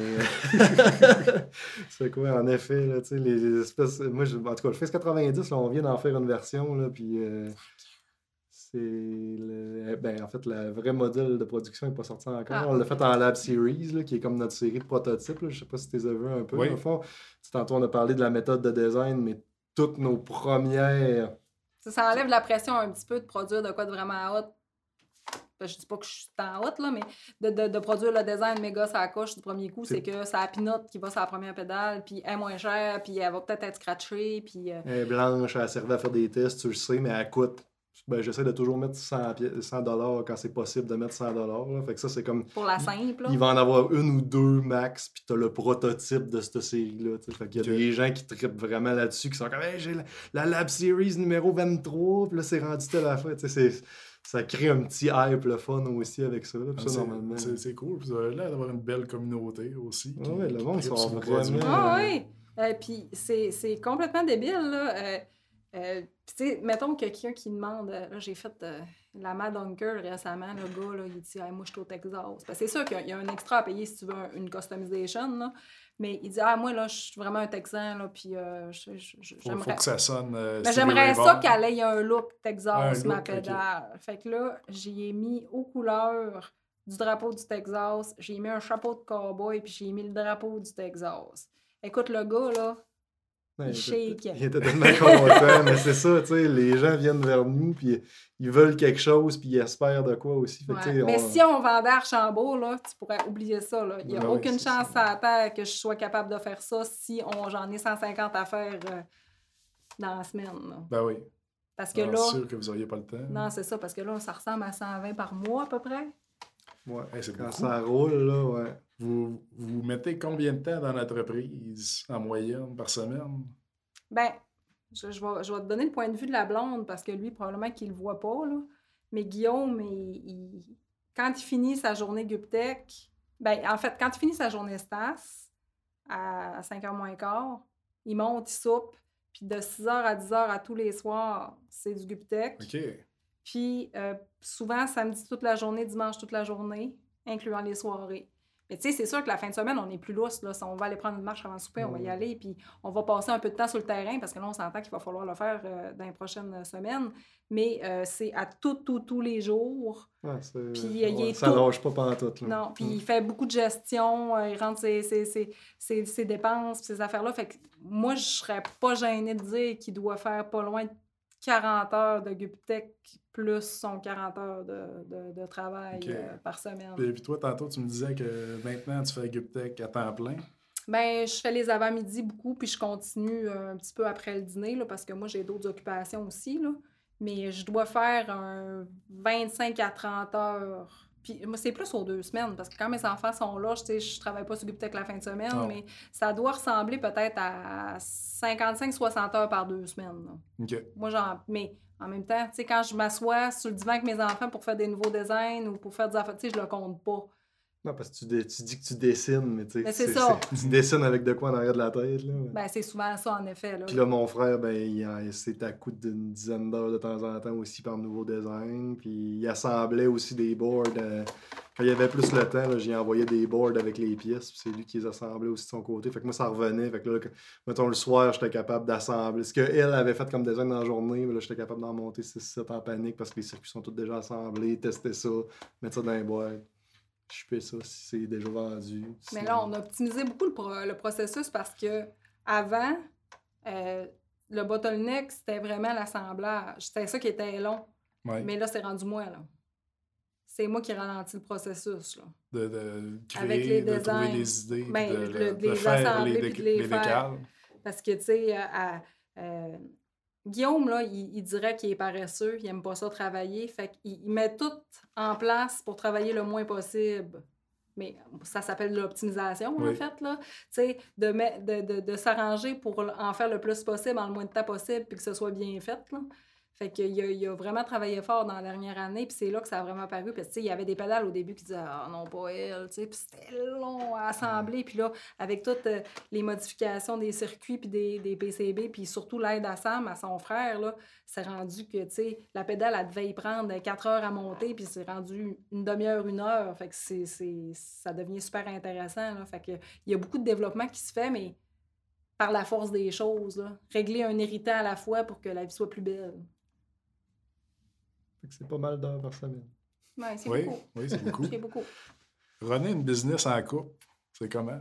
Speaker 2: mais... c'est quoi, en effet, là, les espèces. Moi, en tout cas, le Face 90, là, on vient d'en faire une version, là, puis. En fait, le vrai modèle de production n'est pas sorti encore. On l'a fait en Lab Series, là, qui est comme notre série de prototypes. Là. Je sais pas si tu les as vus un peu.
Speaker 1: Oui.
Speaker 2: Au fond, tantôt, on a parlé de la méthode de design, mais toutes nos premières...
Speaker 3: Ça enlève la pression un petit peu de produire de quoi de vraiment hot. Je dis pas que je suis en hot, là, mais de produire le design méga sur la couche du premier coup, c'est que ça a pinote qui va sur la première pédale, puis elle est moins chère, puis elle va peut-être être scratchée, puis...
Speaker 2: Elle est blanche, elle servait à faire des tests, tu le sais, mais elle coûte... j'essaie de toujours mettre 100$ quand c'est possible de mettre 100$. Là. Fait que ça, c'est comme...
Speaker 3: Pour la simple.
Speaker 2: Il va en avoir une ou deux max, puis t'as le prototype de cette série-là. Fait qu'il y a des gens qui trippent vraiment là-dessus, qui sont comme hey, j'ai la Lab Series numéro 23, puis là, c'est rendu telle affaire. Ça crée un petit hype, le fun aussi avec ça. Là, ça normalement...
Speaker 1: c'est cool. Vous avez l'air d'avoir une belle communauté aussi.
Speaker 2: Ouais, le monde sont vraiment...
Speaker 3: Ah oui! Puis c'est complètement débile, là. Puis, tu sais, mettons que quelqu'un qui demande, là, j'ai fait la Mad Hunker récemment, le gars, là, il dit, hey, moi, je suis au Texas. Parce que c'est sûr qu'il y a un extra à payer si tu veux une customization, là. Mais il dit, moi, là, je suis vraiment un Texan, là, puis j'aimerais...
Speaker 1: Faut que ça sonne.
Speaker 3: Mais j'aimerais ça qu'elle ait un look Texas, ma pédale.
Speaker 1: Okay.
Speaker 3: Fait que là, j'y ai mis aux couleurs du drapeau du Texas, j'ai mis un chapeau de cowboy, puis j'ai mis le drapeau du Texas. Écoute, le gars, là, il shake.
Speaker 2: Il était tellement content, mais c'est ça, tu sais, les gens viennent vers nous, puis ils veulent quelque chose, puis ils espèrent de quoi aussi. Fait que,
Speaker 3: mais si on vendait à Archambault, là, tu pourrais oublier ça. Là. Il n'y a aucune chance à la terre que je sois capable de faire ça si j'en ai 150 à faire dans la semaine. Là.
Speaker 1: Ben oui.
Speaker 3: Parce que là...
Speaker 1: C'est sûr que vous n'auriez pas le temps.
Speaker 3: Non, c'est ça, parce que là, ça ressemble à 120 par mois à peu près.
Speaker 2: Ouais,
Speaker 1: c'est
Speaker 2: quand
Speaker 1: beaucoup.
Speaker 2: Ça roule, là, ouais.
Speaker 1: Vous mettez combien de temps dans l'entreprise en moyenne par semaine?
Speaker 3: Ben, je vais te donner le point de vue de la blonde parce que lui, probablement qu'il le voit pas, là. Mais Guillaume, quand il finit sa journée Guptec, en fait, quand il finit sa journée Stas, à 5h moins quart, il monte, il soupe, puis de 6h à 10h à tous les soirs, c'est du Guptec.
Speaker 1: OK.
Speaker 3: Puis souvent, samedi toute la journée, dimanche toute la journée, incluant les soirées. Mais tu sais, c'est sûr que la fin de semaine, on est plus lousse. Là. Si on va aller prendre une marche avant le souper, on va y aller. Puis on va passer un peu de temps sur le terrain parce que là, on s'entend qu'il va falloir le faire dans les prochaines semaines. Mais c'est à tous les jours.
Speaker 2: Ouais,
Speaker 3: Puis il est
Speaker 2: ça lâche pas pantoute. Là.
Speaker 3: Non, puis il fait beaucoup de gestion. Il rentre ses dépenses, ses affaires-là. Fait que moi, je serais pas gênée de dire qu'il doit faire pas loin de 40 heures de GupTech plus son 40 heures de travail par semaine.
Speaker 1: Puis toi, tantôt, tu me disais que maintenant, tu fais GupTech à temps plein.
Speaker 3: Ben, je fais les avant-midi beaucoup, puis je continue un petit peu après le dîner, là, parce que moi, j'ai d'autres occupations aussi, là. Mais je dois faire un 25 à 30 heures. Puis moi, c'est plus aux 2 semaines, parce que quand mes enfants sont là, je travaille pas sur GupTech la fin de semaine, mais ça doit ressembler peut-être à 55-60 heures par 2 semaines. Là.
Speaker 1: OK.
Speaker 3: Moi, mais en même temps, tu sais, quand je m'assois sur le divan avec mes enfants pour faire des nouveaux designs ou pour faire des affaires, tu sais, je le compte pas.
Speaker 2: Non, parce que tu dis que tu dessines, mais tu sais,
Speaker 3: c'est ça.
Speaker 2: Tu dessines avec de quoi en arrière de la tête. Là.
Speaker 3: Ben, c'est souvent ça, en effet. Là.
Speaker 2: Puis là, mon frère, c'est à coup d'une dizaine d'heures de temps en temps aussi par nouveau design. Puis il assemblait aussi des boards. Quand il y avait plus le temps, j'y envoyais des boards avec les pièces. Puis c'est lui qui les assemblait aussi de son côté. Fait que moi, ça revenait. Fait que là, mettons, le soir, j'étais capable d'assembler. Ce qu'elle avait fait comme design dans la journée, là, j'étais capable d'en monter 6-7 en panique parce que les circuits sont tous déjà assemblés, tester ça, mettre ça dans les boîtes. Je fais ça si c'est déjà vendu.
Speaker 3: Mais là, on a optimisé beaucoup le processus parce que avant, le bottleneck, c'était vraiment l'assemblage. C'était ça qui était long.
Speaker 1: Ouais.
Speaker 3: Mais là, c'est rendu moi, là. C'est moi qui ralentis le processus, là.
Speaker 1: De créer,
Speaker 3: avec les
Speaker 1: de
Speaker 3: designs.
Speaker 1: trouver des idées,
Speaker 3: Ben,
Speaker 1: de
Speaker 3: les
Speaker 1: faire
Speaker 3: assembler
Speaker 1: les
Speaker 3: puis de les faire.
Speaker 1: décals.
Speaker 3: Parce que, tu sais, Guillaume, là, il dirait qu'il est paresseux, il aime pas ça travailler. Fait qu'il met tout en place pour travailler le moins possible. Mais ça s'appelle de l'optimisation, en fait, là. Tu sais, de s'arranger pour en faire le plus possible en le moins de temps possible puis que ce soit bien fait, là. Fait qu'il a vraiment travaillé fort dans la dernière année, puis c'est là que ça a vraiment paru. Parce que, tu sais, il y avait des pédales au début qui disaient « Ah non, pas elle », tu sais, puis c'était long à assembler. Puis là, avec toutes les modifications des circuits puis des PCB, puis surtout l'aide à Sam, à son frère, là, c'est rendu que, tu sais, la pédale, elle devait y prendre 4 heures à monter, puis c'est rendu une demi-heure, 1 heure. Fait que ça devient super intéressant, là. Fait que il y a beaucoup de développement qui se fait, mais par la force des choses, là. Régler un irritant à la fois pour que la vie soit plus belle.
Speaker 2: C'est pas mal d'heures par semaine.
Speaker 3: Ouais, c'est beaucoup.
Speaker 1: Oui, c'est beaucoup.
Speaker 3: C'est beaucoup.
Speaker 1: Runner une business en couple, c'est comment?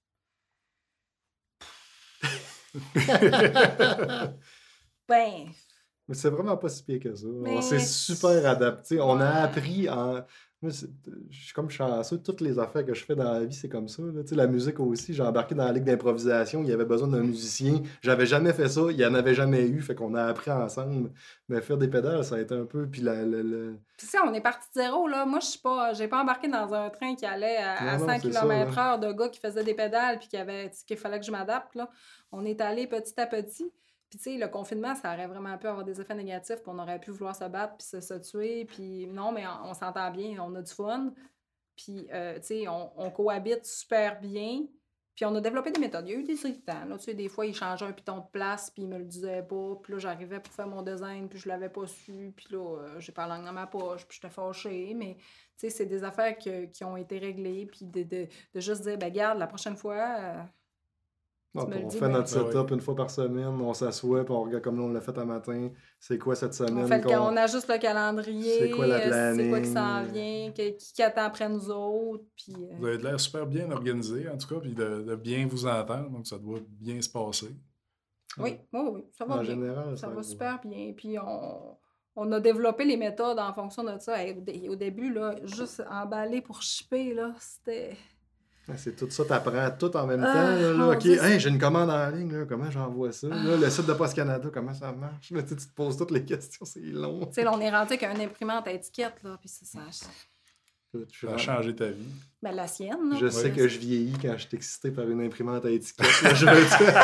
Speaker 3: Ben...
Speaker 2: Mais c'est vraiment pas si pire que ça.
Speaker 3: Mais...
Speaker 2: On s'est super adapté. On a appris en... Moi, je suis comme chanceux. Toutes les affaires que je fais dans la vie, c'est comme ça. Là. La musique aussi, j'ai embarqué dans la ligue d'improvisation. Il y avait besoin d'un musicien. J'avais jamais fait ça. Il n'y en avait jamais eu. Fait qu'on a appris ensemble. Mais faire des pédales, ça a été un peu... Puis
Speaker 3: tu sais, on est parti de zéro, là. Moi, j'ai pas embarqué dans un train qui allait à 100 km/h de gars qui faisaient des pédales puis qu'il fallait que je m'adapte, là. On est allé petit à petit. Puis, tu sais, le confinement, ça aurait vraiment pu avoir des effets négatifs, puis on aurait pu vouloir se battre, puis se tuer, puis non, mais on s'entend bien, on a du fun. Puis, tu sais, on cohabite super bien. Puis, on a développé des méthodes. Il y a eu des irritants, là. Tu sais, des fois, il changeait un piton de place, puis il me le disait pas. Puis là, j'arrivais pour faire mon design, puis je l'avais pas su. Puis là, j'ai pas la langue dans ma poche, puis j'étais fâchée. Mais, tu sais, c'est des affaires qui ont été réglées, puis de juste dire, ben garde, la prochaine fois...
Speaker 2: on fait notre setup une fois par semaine, on s'assoit, puis on regarde comme là, on l'a fait un matin. C'est quoi cette semaine?
Speaker 3: On ajuste le calendrier,
Speaker 2: c'est quoi la planning?
Speaker 3: C'est quoi qui s'en vient, qui attend après nous autres. Puis,
Speaker 1: Vous avez l'air super bien organisé, en tout cas, puis de bien vous entendre, donc ça doit bien se passer.
Speaker 3: Oui, ça va
Speaker 2: en
Speaker 3: bien.
Speaker 2: Général,
Speaker 3: ça va super bien. Puis on a développé les méthodes en fonction de ça. Au début, là, juste emballer pour shipper, là, c'était...
Speaker 2: C'est tout ça, t'apprends tout en même temps. Là, OK, hey, j'ai une commande en ligne, là, comment j'envoie ça? Là, le site de Post Canada, comment ça marche? Là, tu te poses toutes les questions, c'est long.
Speaker 3: Tu sais, là, on est rendu avec une imprimante à étiquette, là, puis ça
Speaker 1: a changé ta vie.
Speaker 3: Ben, la sienne, là.
Speaker 2: Je sais que je vieillis quand je suis excité par une imprimante à étiquette. Là, je veux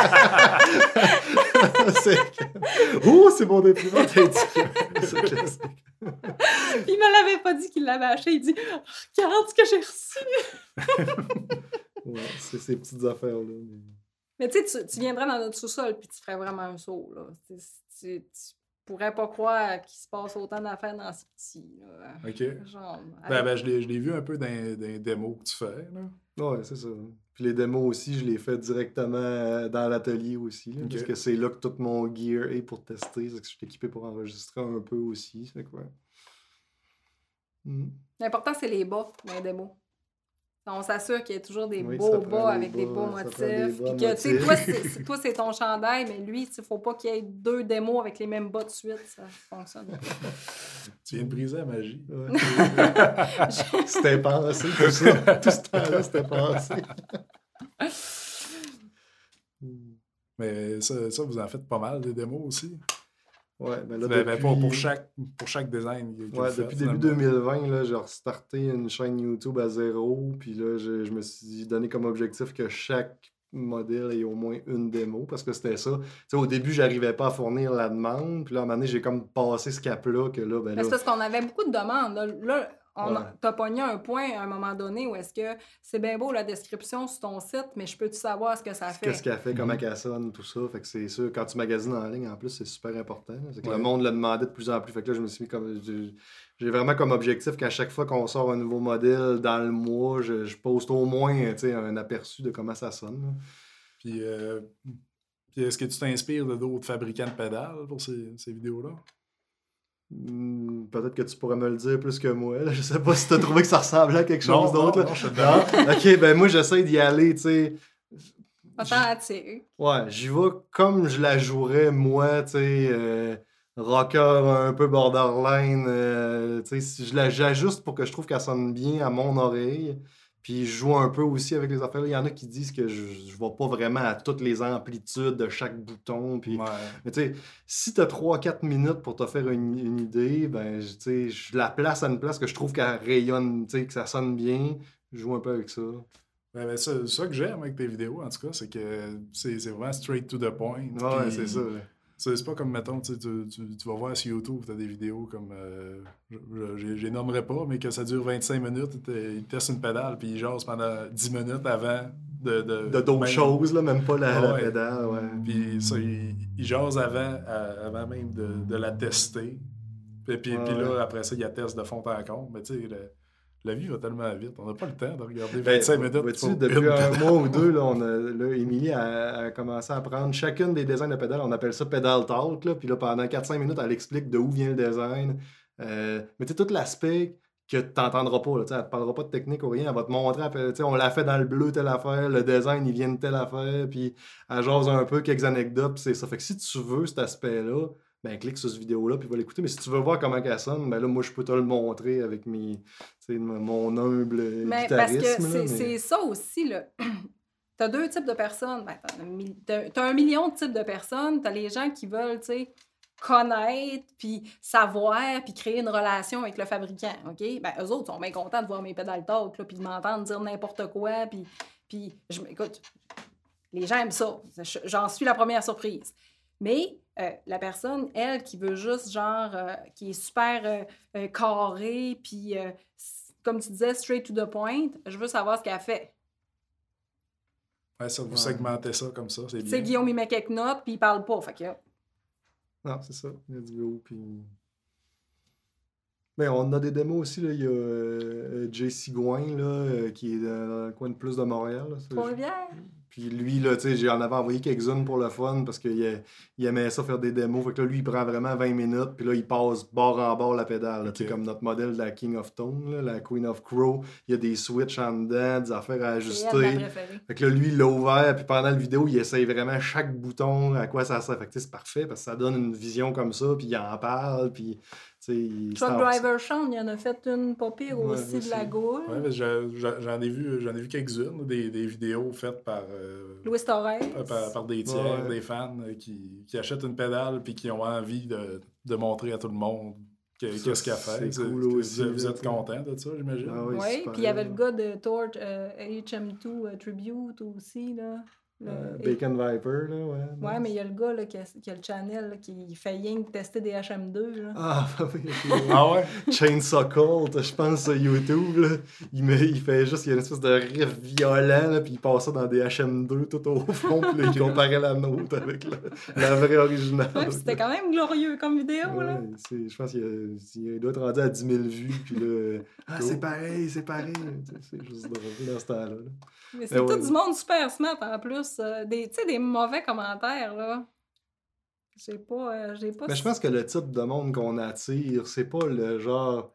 Speaker 2: dire... c'est mon imprimante à étiquette.
Speaker 3: Puis il me l'avait pas dit qu'il l'avait acheté. Il dit « Regarde ce que j'ai reçu! »
Speaker 2: Ouais, c'est ces petites affaires-là.
Speaker 3: Mais tu sais, tu viendrais dans notre sous-sol puis tu ferais vraiment un saut, là. pourrais pas croire qu'il se passe autant d'affaires dans ce petit. Là.
Speaker 1: OK.
Speaker 3: Genre,
Speaker 1: Je l'ai vu un peu dans les démos que tu fais. Là.
Speaker 2: Ouais, c'est ça. Puis les démos aussi, je les fais directement dans l'atelier aussi. Là, parce que c'est là que tout mon gear est pour tester. C'est que je suis équipé pour enregistrer un peu aussi. C'est quoi.
Speaker 3: L'important, c'est les bas dans les démos. On s'assure qu'il y a toujours des
Speaker 2: Oui,
Speaker 3: beaux
Speaker 2: ça prend
Speaker 3: bas
Speaker 2: des
Speaker 3: avec des
Speaker 2: bas,
Speaker 3: beaux
Speaker 2: ça
Speaker 3: motifs.
Speaker 2: prend des
Speaker 3: Puis
Speaker 2: bas
Speaker 3: que, tu sais,
Speaker 2: motifs.
Speaker 3: toi, c'est ton chandail, mais lui, il faut pas qu'il y ait 2 démos avec les mêmes bas de suite. Ça fonctionne pas.
Speaker 1: Tu viens de briser la magie.
Speaker 2: Ouais. C'était pensé, tout ça. Tout ce temps-là, c'était pensé.
Speaker 1: Mais ça, vous en faites pas mal, des démos aussi.
Speaker 2: Ouais, ben là,
Speaker 1: Ben,
Speaker 2: depuis...
Speaker 1: pour chaque design que
Speaker 2: ouais,
Speaker 1: vous faites,
Speaker 2: depuis début 2020, là, j'ai restarté une chaîne YouTube à 0. Puis là, je me suis donné comme objectif que chaque modèle ait au moins une démo. Parce que c'était ça. Tu sais, au début, j'arrivais pas à fournir la demande. Puis là, à un moment donné, j'ai comme passé ce cap-là. Que là, ben
Speaker 3: Mais
Speaker 2: là...
Speaker 3: c'est parce qu'on avait beaucoup de demandes. Là
Speaker 2: Ouais.
Speaker 3: t'as pogné un point à un moment donné où est-ce que c'est bien beau la description sur ton site, mais je peux-tu savoir ce que ça fait?
Speaker 2: Qu'est-ce qu'elle fait, comment qu'elle sonne, tout ça. Fait que c'est sûr, quand tu magasines en ligne, en plus, c'est super important. C'est que le monde le demandait de plus en plus. Fait que là, je me suis mis comme... J'ai vraiment comme objectif qu'à chaque fois qu'on sort un nouveau modèle dans le mois, je poste au moins un aperçu de comment ça sonne. Là.
Speaker 1: Puis est-ce que tu t'inspires de d'autres fabricants de pédales pour ces vidéos-là?
Speaker 2: Peut-être que tu pourrais me le dire plus que moi. Là. Je sais pas si tu as trouvé que ça ressemblait à quelque chose d'autre.
Speaker 1: Non, je te demande.
Speaker 2: Ok, ben moi, j'essaie d'y aller, tu sais...
Speaker 3: Authentique.
Speaker 2: Ouais, j'y vais comme je la jouerais, moi, tu sais, rocker un peu borderline, tu sais, j'ajuste pour que je trouve qu'elle sonne bien à mon oreille, puis je joue un peu aussi avec les affaires. Il y en a qui disent que je vais pas vraiment à toutes les amplitudes de chaque bouton, puis... Mais tu sais, si t'as 3-4 minutes pour te faire une idée, ben, tu sais, je la place à une place que je trouve qu'elle rayonne, tu sais, que ça sonne bien, je joue un peu avec ça.
Speaker 1: Ben, ça que j'aime avec tes vidéos, en tout cas, c'est que c'est vraiment straight to the point.
Speaker 2: Ouais, c'est ça.
Speaker 1: C'est pas comme, mettons, tu vas voir sur YouTube, tu as des vidéos comme, je les nommerai pas, mais que ça dure 25 minutes, ils testent une pédale, puis ils jasent pendant 10 minutes avant de
Speaker 2: d'autres choses, là, même pas la pédale. Ouais.
Speaker 1: Puis ça, ils jasent avant même de la tester. Puis là, après ça, ils la testent de fond en comble. Mais tu sais, la vie va tellement vite. On n'a pas le temps de regarder 25 minutes.
Speaker 2: Depuis un mois ou deux, là, Émilie a commencé à prendre chacune des designs de pédales. On appelle ça Pedal Talk. Là, puis là, pendant 4-5 minutes, elle explique d'où vient le design. Mais tu sais, tout l'aspect que tu n'entendras pas. Là, elle ne te parlera pas de technique ou rien. Elle va te montrer, on l'a fait dans le bleu, telle affaire. Le design, il vient de telle affaire. Puis elle jase un peu, quelques anecdotes. Puis c'est ça. Fait que si tu veux cet aspect-là, ben clique sur cette vidéo-là puis va l'écouter. Mais si tu veux voir comment elle sonne, ben là, moi, je peux te le montrer avec mon humble
Speaker 3: mais
Speaker 2: guitarisme.
Speaker 3: Parce que c'est ça aussi, là. T'as 2 types de personnes. Ben, t'as 1 million de types de personnes. T'as les gens qui veulent, tu sais, connaître, puis savoir, puis créer une relation avec le fabricant, OK? Ben, eux autres sont bien contents de voir mes pédales talk, là, puis de m'entendre dire n'importe quoi, puis écoute, les gens aiment ça. J'en suis la première surprise. Mais la personne, elle, qui veut juste, genre, qui est super carrée, puis, comme tu disais, straight to the point, je veux savoir ce qu'elle fait.
Speaker 1: Ouais, ça, vous segmentez ça comme ça, c'est bien.
Speaker 3: Tu sais, Guillaume, il met quelques notes, puis il parle pas, fait que...
Speaker 2: Non, c'est ça. Let's go, puis... Ben, on a des démos aussi, là. Il y a JC Gouin, là, qui est dans le coin de plus de Montréal.
Speaker 3: Trois-Rivières?
Speaker 2: Puis lui, là, tu sais, j'en avais envoyé quelques-unes pour le fun parce qu'il aimait ça faire des démos. Fait que là, lui, il prend vraiment 20 minutes, puis là, il passe bord en bord la pédale. Tu sais, comme notre modèle de la King of Tone, là, la Queen of Crow. Il y a des switches en dedans, des affaires à ajuster. Fait que là, lui, il l'a ouvert, puis pendant la vidéo, il essaye vraiment chaque bouton, à quoi ça sert. Fait que c'est parfait parce que ça donne une vision comme ça, puis il en parle, puis...
Speaker 3: Truck Driver Sean, il en a fait une pas pire aussi de la Gaule.
Speaker 1: Oui, mais j'en ai vu quelques-unes, des vidéos faites par
Speaker 3: Louis Torres.
Speaker 1: Par des tiers, des fans qui achètent une pédale puis qui ont envie de montrer à tout le monde qu'est-ce qu'elle fait.
Speaker 2: C'est cool aussi.
Speaker 1: Vous êtes content de ça, j'imagine?
Speaker 2: Ah oui,
Speaker 3: puis il y avait le gars de Torch HM2 Tribute aussi, là.
Speaker 2: Bacon Viper, là, ouais.
Speaker 3: Ouais, mais il y a le gars là, qui a le channel là, qui fait rien que tester des HM2. Là.
Speaker 2: Ah, oui,
Speaker 1: Ah ouais?
Speaker 2: Chainsaw Cult, je pense, sur YouTube, là. Il fait juste, il y a une espèce de riff violent, là, puis il passe ça dans des HM2 tout au fond, puis là, il comparait la nôtre avec la vraie originale.
Speaker 3: Ouais, puis c'était quand même glorieux comme vidéo, là.
Speaker 2: Ouais, je pense qu'il doit être rendu à 10 000 vues, puis là, c'est pareil, c'est juste drôle dans ce temps-là. Là.
Speaker 3: Mais c'est tout du monde super smart en plus. Tu sais, des mauvais commentaires, là. J'ai pas.
Speaker 2: Mais je pense que le type de monde qu'on attire, c'est pas le genre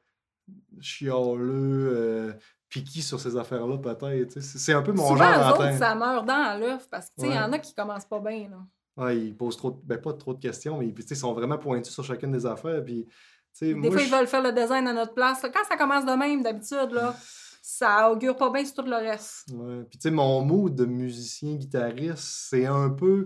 Speaker 2: chialeux, piqué sur ces affaires-là, peut-être. C'est un peu mon
Speaker 3: Souvent,
Speaker 2: genre
Speaker 3: eux autres, ça meurt dans l'œuf parce que, tu sais, il y en
Speaker 2: Ouais.
Speaker 3: a qui commencent pas bien, là.
Speaker 2: Ouais, ils posent pas trop de questions, mais ils sont vraiment pointus sur chacune des affaires. Puis,
Speaker 3: Des
Speaker 2: moi,
Speaker 3: fois, ils veulent faire le design à notre place. Là. Quand ça commence de même, d'habitude, là, ça augure pas bien sur tout le reste.
Speaker 2: Ouais. Puis, tu sais, mon mood de musicien, guitariste, c'est un peu.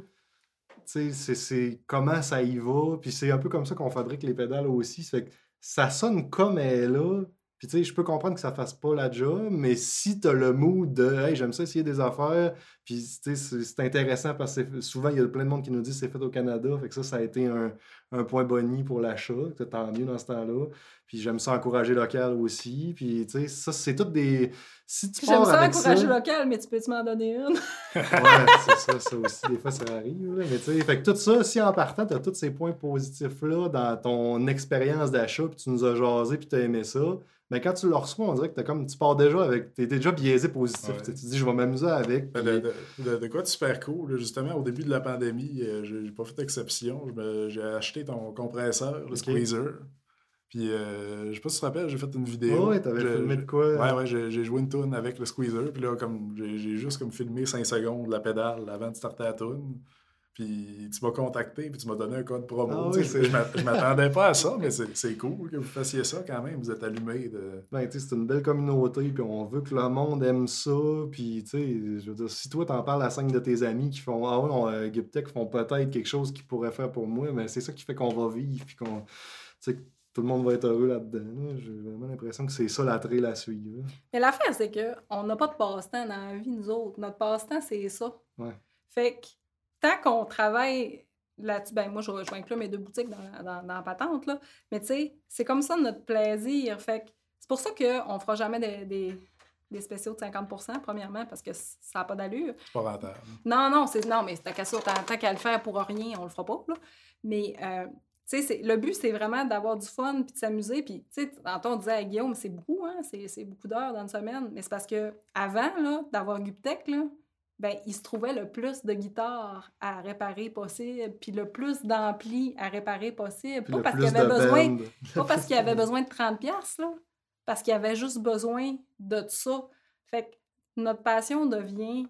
Speaker 2: Tu sais, c'est comment ça y va. Puis, c'est un peu comme ça qu'on fabrique les pédales aussi. C'est que ça sonne comme elle est là. Puis, tu sais, je peux comprendre que ça fasse pas la job, mais si t'as le mood de hey, j'aime ça essayer des affaires, puis, tu sais, c'est intéressant parce que souvent, il y a plein de monde qui nous dit que c'est fait au Canada. Fait que ça a été un point boni pour l'achat. Tant mieux dans ce temps-là. Puis, j'aime ça encourager local aussi. Puis, tu sais, ça, c'est toutes des. Si tu
Speaker 3: J'aime
Speaker 2: pars
Speaker 3: ça
Speaker 2: avec
Speaker 3: encourager
Speaker 2: ça.
Speaker 3: local, mais tu peux-tu m'en donner une?
Speaker 2: Ouais, c'est ça aussi, des fois, ça arrive. Là. Mais tu sais, fait que tout ça, si en partant, tu as tous ces points positifs-là dans ton expérience d'achat, puis tu nous as jasé, puis tu as aimé ça, mais quand tu le reçois, on dirait que tu pars déjà avec. Tu es déjà biaisé positif.
Speaker 1: Ouais.
Speaker 2: Tu te dis, je vais m'amuser avec. Puis...
Speaker 1: De quoi de super cool. Là, justement, au début de la pandémie, j'ai pas fait d'exception. J'ai acheté ton compresseur, le Squeezer. Puis, je sais pas si tu te rappelles, j'ai fait une vidéo.
Speaker 2: Ouais, t'avais filmé de quoi?
Speaker 1: Ouais, j'ai joué une toune avec le Squeezer. Puis là, j'ai juste comme filmé 5 secondes de la pédale avant de starter la toune. Puis tu m'as contacté, puis tu m'as donné un code promo.
Speaker 2: Oui,
Speaker 1: je m'attendais pas à ça, mais c'est cool que vous fassiez ça quand même. Vous êtes allumés de...
Speaker 2: Ben, tu sais, c'est une belle communauté, puis on veut que le monde aime ça. Puis, tu sais, je veux dire, si toi, t'en parles à 5 de tes amis qui font ah ouais, Giptech font peut-être quelque chose qu'ils pourraient faire pour moi, mais c'est ça qui fait qu'on va vivre, puis qu'on. Tu sais, tout le monde va être heureux là-dedans. Là. J'ai vraiment l'impression que c'est ça l'attrait à suivre. Là.
Speaker 3: Mais l'affaire, c'est qu'on n'a pas de passe-temps dans la vie, nous autres. Notre passe-temps, c'est ça.
Speaker 2: Ouais.
Speaker 3: Fait que tant qu'on travaille là-dessus, ben moi, je vais inclure mes 2 boutiques dans la patente, là. Mais tu sais, c'est comme ça notre plaisir. Fait que c'est pour ça qu'on ne fera jamais des spéciaux de 50%, premièrement, parce que ça n'a pas d'allure.
Speaker 1: C'est pas rentable.
Speaker 3: Non, mais tant qu'à ça, tant qu'à le faire pour rien, on le fera pas, là. Mais... tu sais, le but, c'est vraiment d'avoir du fun puis de s'amuser. Puis, tu sais, tantôt, on disait à Guillaume, c'est beaucoup, hein? C'est beaucoup d'heures dans une semaine. Mais c'est parce que avant là, d'avoir Guptech, là, ben, il se trouvait le plus de guitares à réparer possible, puis le plus d'amplis à réparer possible. Pas parce qu'il avait besoin, pas parce qu'il avait besoin de 30$, là, parce qu'il avait juste besoin de ça. Fait que notre passion devient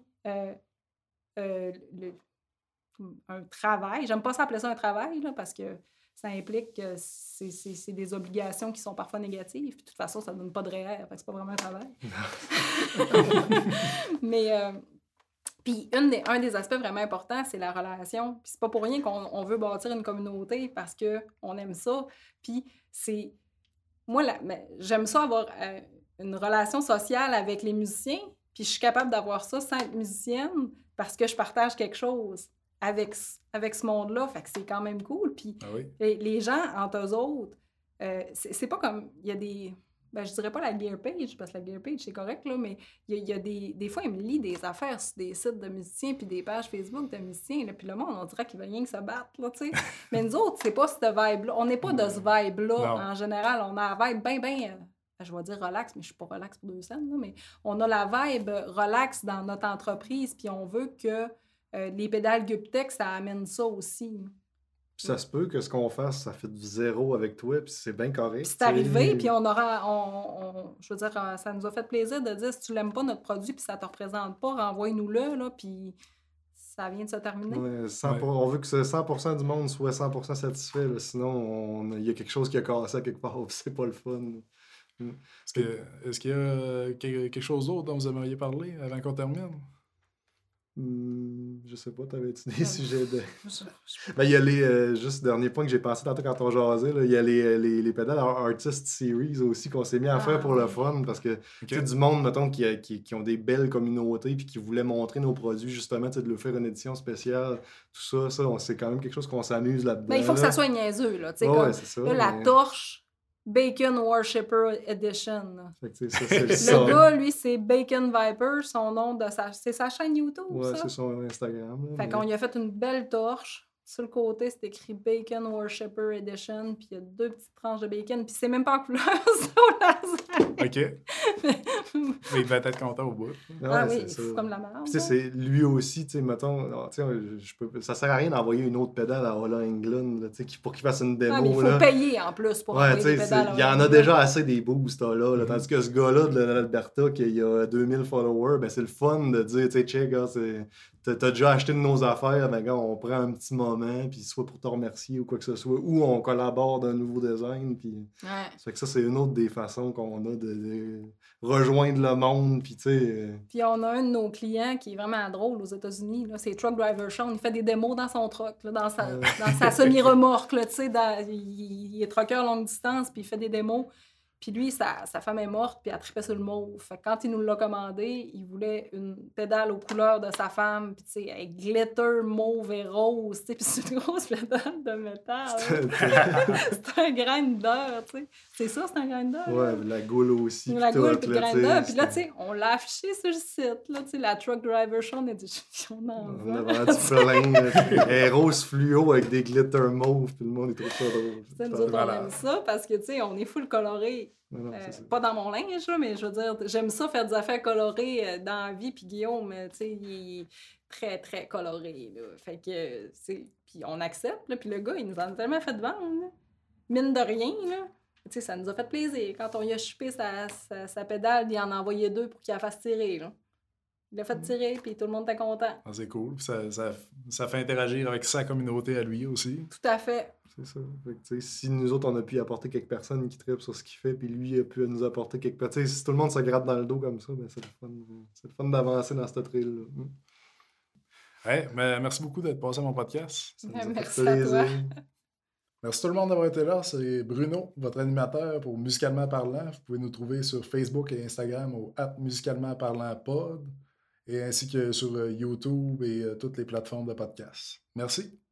Speaker 3: un travail. J'aime pas ça appeler ça un travail, là, parce que ça implique que c'est des obligations qui sont parfois négatives. Puis, de toute façon, ça ne donne pas de REER, fait que c'est pas vraiment un travail. Mais, puis, un des aspects vraiment importants, c'est la relation. Puis, c'est pas pour rien qu'on veut bâtir une communauté parce qu'on aime ça. Puis, c'est... Moi, j'aime ça avoir une relation sociale avec les musiciens. Puis, je suis capable d'avoir ça sans être musicienne parce que je partage quelque chose avec ce monde-là, fait que c'est quand même cool. Puis les gens, entre eux autres, c'est pas comme... Il y a des... Ben, je dirais pas la Gear Page, parce que la Gear Page, c'est correct, là, mais il y a des fois, ils me lisent des affaires sur des sites de musiciens puis des pages Facebook de musiciens, là, puis le monde, on dirait qu'il veut rien que se battre, là, tu sais. Mais nous autres, c'est pas cette vibe-là. On n'est pas de ce vibe-là, en général. On a la vibe bien... je vais dire relax, mais je suis pas relax pour 2 scènes, là, mais on a la vibe relax dans notre entreprise, puis on veut que les pédales Guptech, ça amène ça aussi.
Speaker 2: Puis ça se peut que ce qu'on fasse, ça fait du zéro avec toi, puis c'est bien correct.
Speaker 3: Puis c'est arrivé, puis je veux dire, ça nous a fait plaisir de dire, si tu l'aimes pas, notre produit, puis ça te représente pas, renvoie-nous-le, là, puis ça vient de se terminer.
Speaker 2: Ouais, on veut que 100% du monde soit 100% satisfait, là, sinon il y a quelque chose qui a cassé à quelque part, puis c'est pas le fun.
Speaker 1: Est-ce qu'il y a quelque chose d'autre dont vous aimeriez parler avant qu'on termine?
Speaker 2: Je sais pas, t'avais-tu des sujets de...
Speaker 3: Je-
Speaker 2: Ben, il y a les... juste dernier point que j'ai pensé tantôt quand on jasait, là, il y a les pédales Artist Series aussi qu'on s'est mis à faire
Speaker 3: Ah,
Speaker 2: pour le
Speaker 3: oui.
Speaker 2: fun, parce que,
Speaker 1: OK.
Speaker 2: tu sais, du monde, mettons, qui ont des belles communautés, puis qui voulaient montrer nos produits, justement, tu sais, de leur faire une édition spéciale, tout ça, c'est quand même quelque chose qu'on s'amuse là-dedans.
Speaker 3: Mais il faut que
Speaker 2: là.
Speaker 3: ça soit niaiseux, là. Tu sais,
Speaker 2: Ouais,
Speaker 3: comme
Speaker 2: ouais, c'est ça.
Speaker 3: là, la
Speaker 2: mais-
Speaker 3: torche Bacon Worshipper Edition. Là.
Speaker 2: Fait que, tu sais, ça, c'est
Speaker 3: Le
Speaker 2: ça.
Speaker 3: gars, lui, c'est Bacon Viper, son nom de c'est sa chaîne YouTube,
Speaker 2: Ouais,
Speaker 3: ça.
Speaker 2: c'est son Instagram. Là,
Speaker 3: Fait
Speaker 2: mais-
Speaker 3: qu'on lui a fait une belle torche. Sur le côté, c'est écrit Bacon Worshipper Edition, puis il y a 2 petites tranches de bacon, puis c'est même pas en couleur, c'est au laser.
Speaker 1: OK. Mais il va être content au bout.
Speaker 3: Ah
Speaker 2: Ouais,
Speaker 3: oui,
Speaker 2: c'est
Speaker 3: il
Speaker 2: ça.
Speaker 3: fout comme la merde.
Speaker 2: Puis, tu sais, c'est lui aussi, tu sais, mettons, tu sais, ça sert à rien d'envoyer une autre pédale à Ola England, là, tu sais, pour qu'il fasse une démo.
Speaker 3: Ah, mais il faut
Speaker 2: là.
Speaker 3: payer en plus pour
Speaker 2: Ouais,
Speaker 3: envoyer
Speaker 2: tu sais,
Speaker 3: des pédales.
Speaker 2: il y en a déjà assez des boosts là, tandis que ce gars-là de l'Alberta qui a 2000 followers, ben c'est le fun de dire, tu sais, check, gars, t'as déjà acheté de nos affaires, ben gars, on prend un petit moment, puis soit pour te remercier ou quoi que ce soit, ou on collabore d'un nouveau design, puis
Speaker 3: Ouais.
Speaker 2: ça fait que ça, c'est une autre des façons qu'on a de rejoindre le monde, puis tu sais...
Speaker 3: Puis on a un de nos clients qui est vraiment drôle aux États-Unis, là, c'est Truck Driver Sean. Il fait des démos dans son truck, là, dans sa semi-remorque, là, tu sais, il est trucker longue distance, puis il fait des démos. Puis lui, sa femme est morte, puis elle tripait sur le mauve. Fait que quand il nous l'a commandé, il voulait une pédale aux couleurs de sa femme, puis tu sais, avec glitter, mauve et rose, tu sais, puis c'est une grosse pédale de métal. C'est un grinder, tu sais. C'est ça, c'est un grinder.
Speaker 2: Ouais, la goule aussi.
Speaker 3: La
Speaker 2: puis
Speaker 3: goule,
Speaker 2: tout,
Speaker 3: puis le
Speaker 2: là, tu sais,
Speaker 3: grinder. Puis là, tu
Speaker 2: c'est-
Speaker 3: sais, on l'a affiché sur le site, là, tu sais, la Truck Driver Show, on a dit, on en
Speaker 2: On a
Speaker 3: vend.
Speaker 2: vendu plein. là, tu sais. Elle est rose fluo avec des glitter mauve, puis le monde est trop ça drôle.
Speaker 3: Tu sais, nous autres, on
Speaker 1: Voilà.
Speaker 3: aime ça parce que, tu sais, on est full coloré.
Speaker 2: Non, c'est ça.
Speaker 3: Pas dans mon linge, là, mais je veux dire, j'aime ça faire des affaires colorées dans la vie. Puis Guillaume, tu sais, il est très, très coloré. Là. Fait que, puis on accepte. Là, puis le gars, il nous en a tellement fait vendre. Là. Mine de rien, là. Tu sais, ça nous a fait plaisir. Quand on lui a chupé sa pédale, il en a envoyé 2 pour qu'il la fasse tirer. Là. Il l'a fait tirer, puis tout le monde était content.
Speaker 1: Ah, c'est cool. Puis ça fait interagir avec sa communauté à lui aussi.
Speaker 3: Tout à fait.
Speaker 2: C'est ça. Fait que, tu sais, si nous autres, on a pu apporter quelques personnes qui trippent sur ce qu'il fait, puis lui a pu nous apporter quelques personnes. Tu sais, si tout le monde se gratte dans le dos comme ça, ben c'est le fun d'avancer dans cette trail-là.
Speaker 1: Ouais, mais merci beaucoup d'être passé à mon podcast.
Speaker 2: Ça nous a fait
Speaker 3: Merci à toi.
Speaker 2: plaisir.
Speaker 1: Merci tout le monde d'avoir été là. C'est Bruno, votre animateur pour Musicalement Parlant. Vous pouvez nous trouver sur Facebook et Instagram au @musicalement-parlant-pod et ainsi que sur YouTube et toutes les plateformes de podcast. Merci.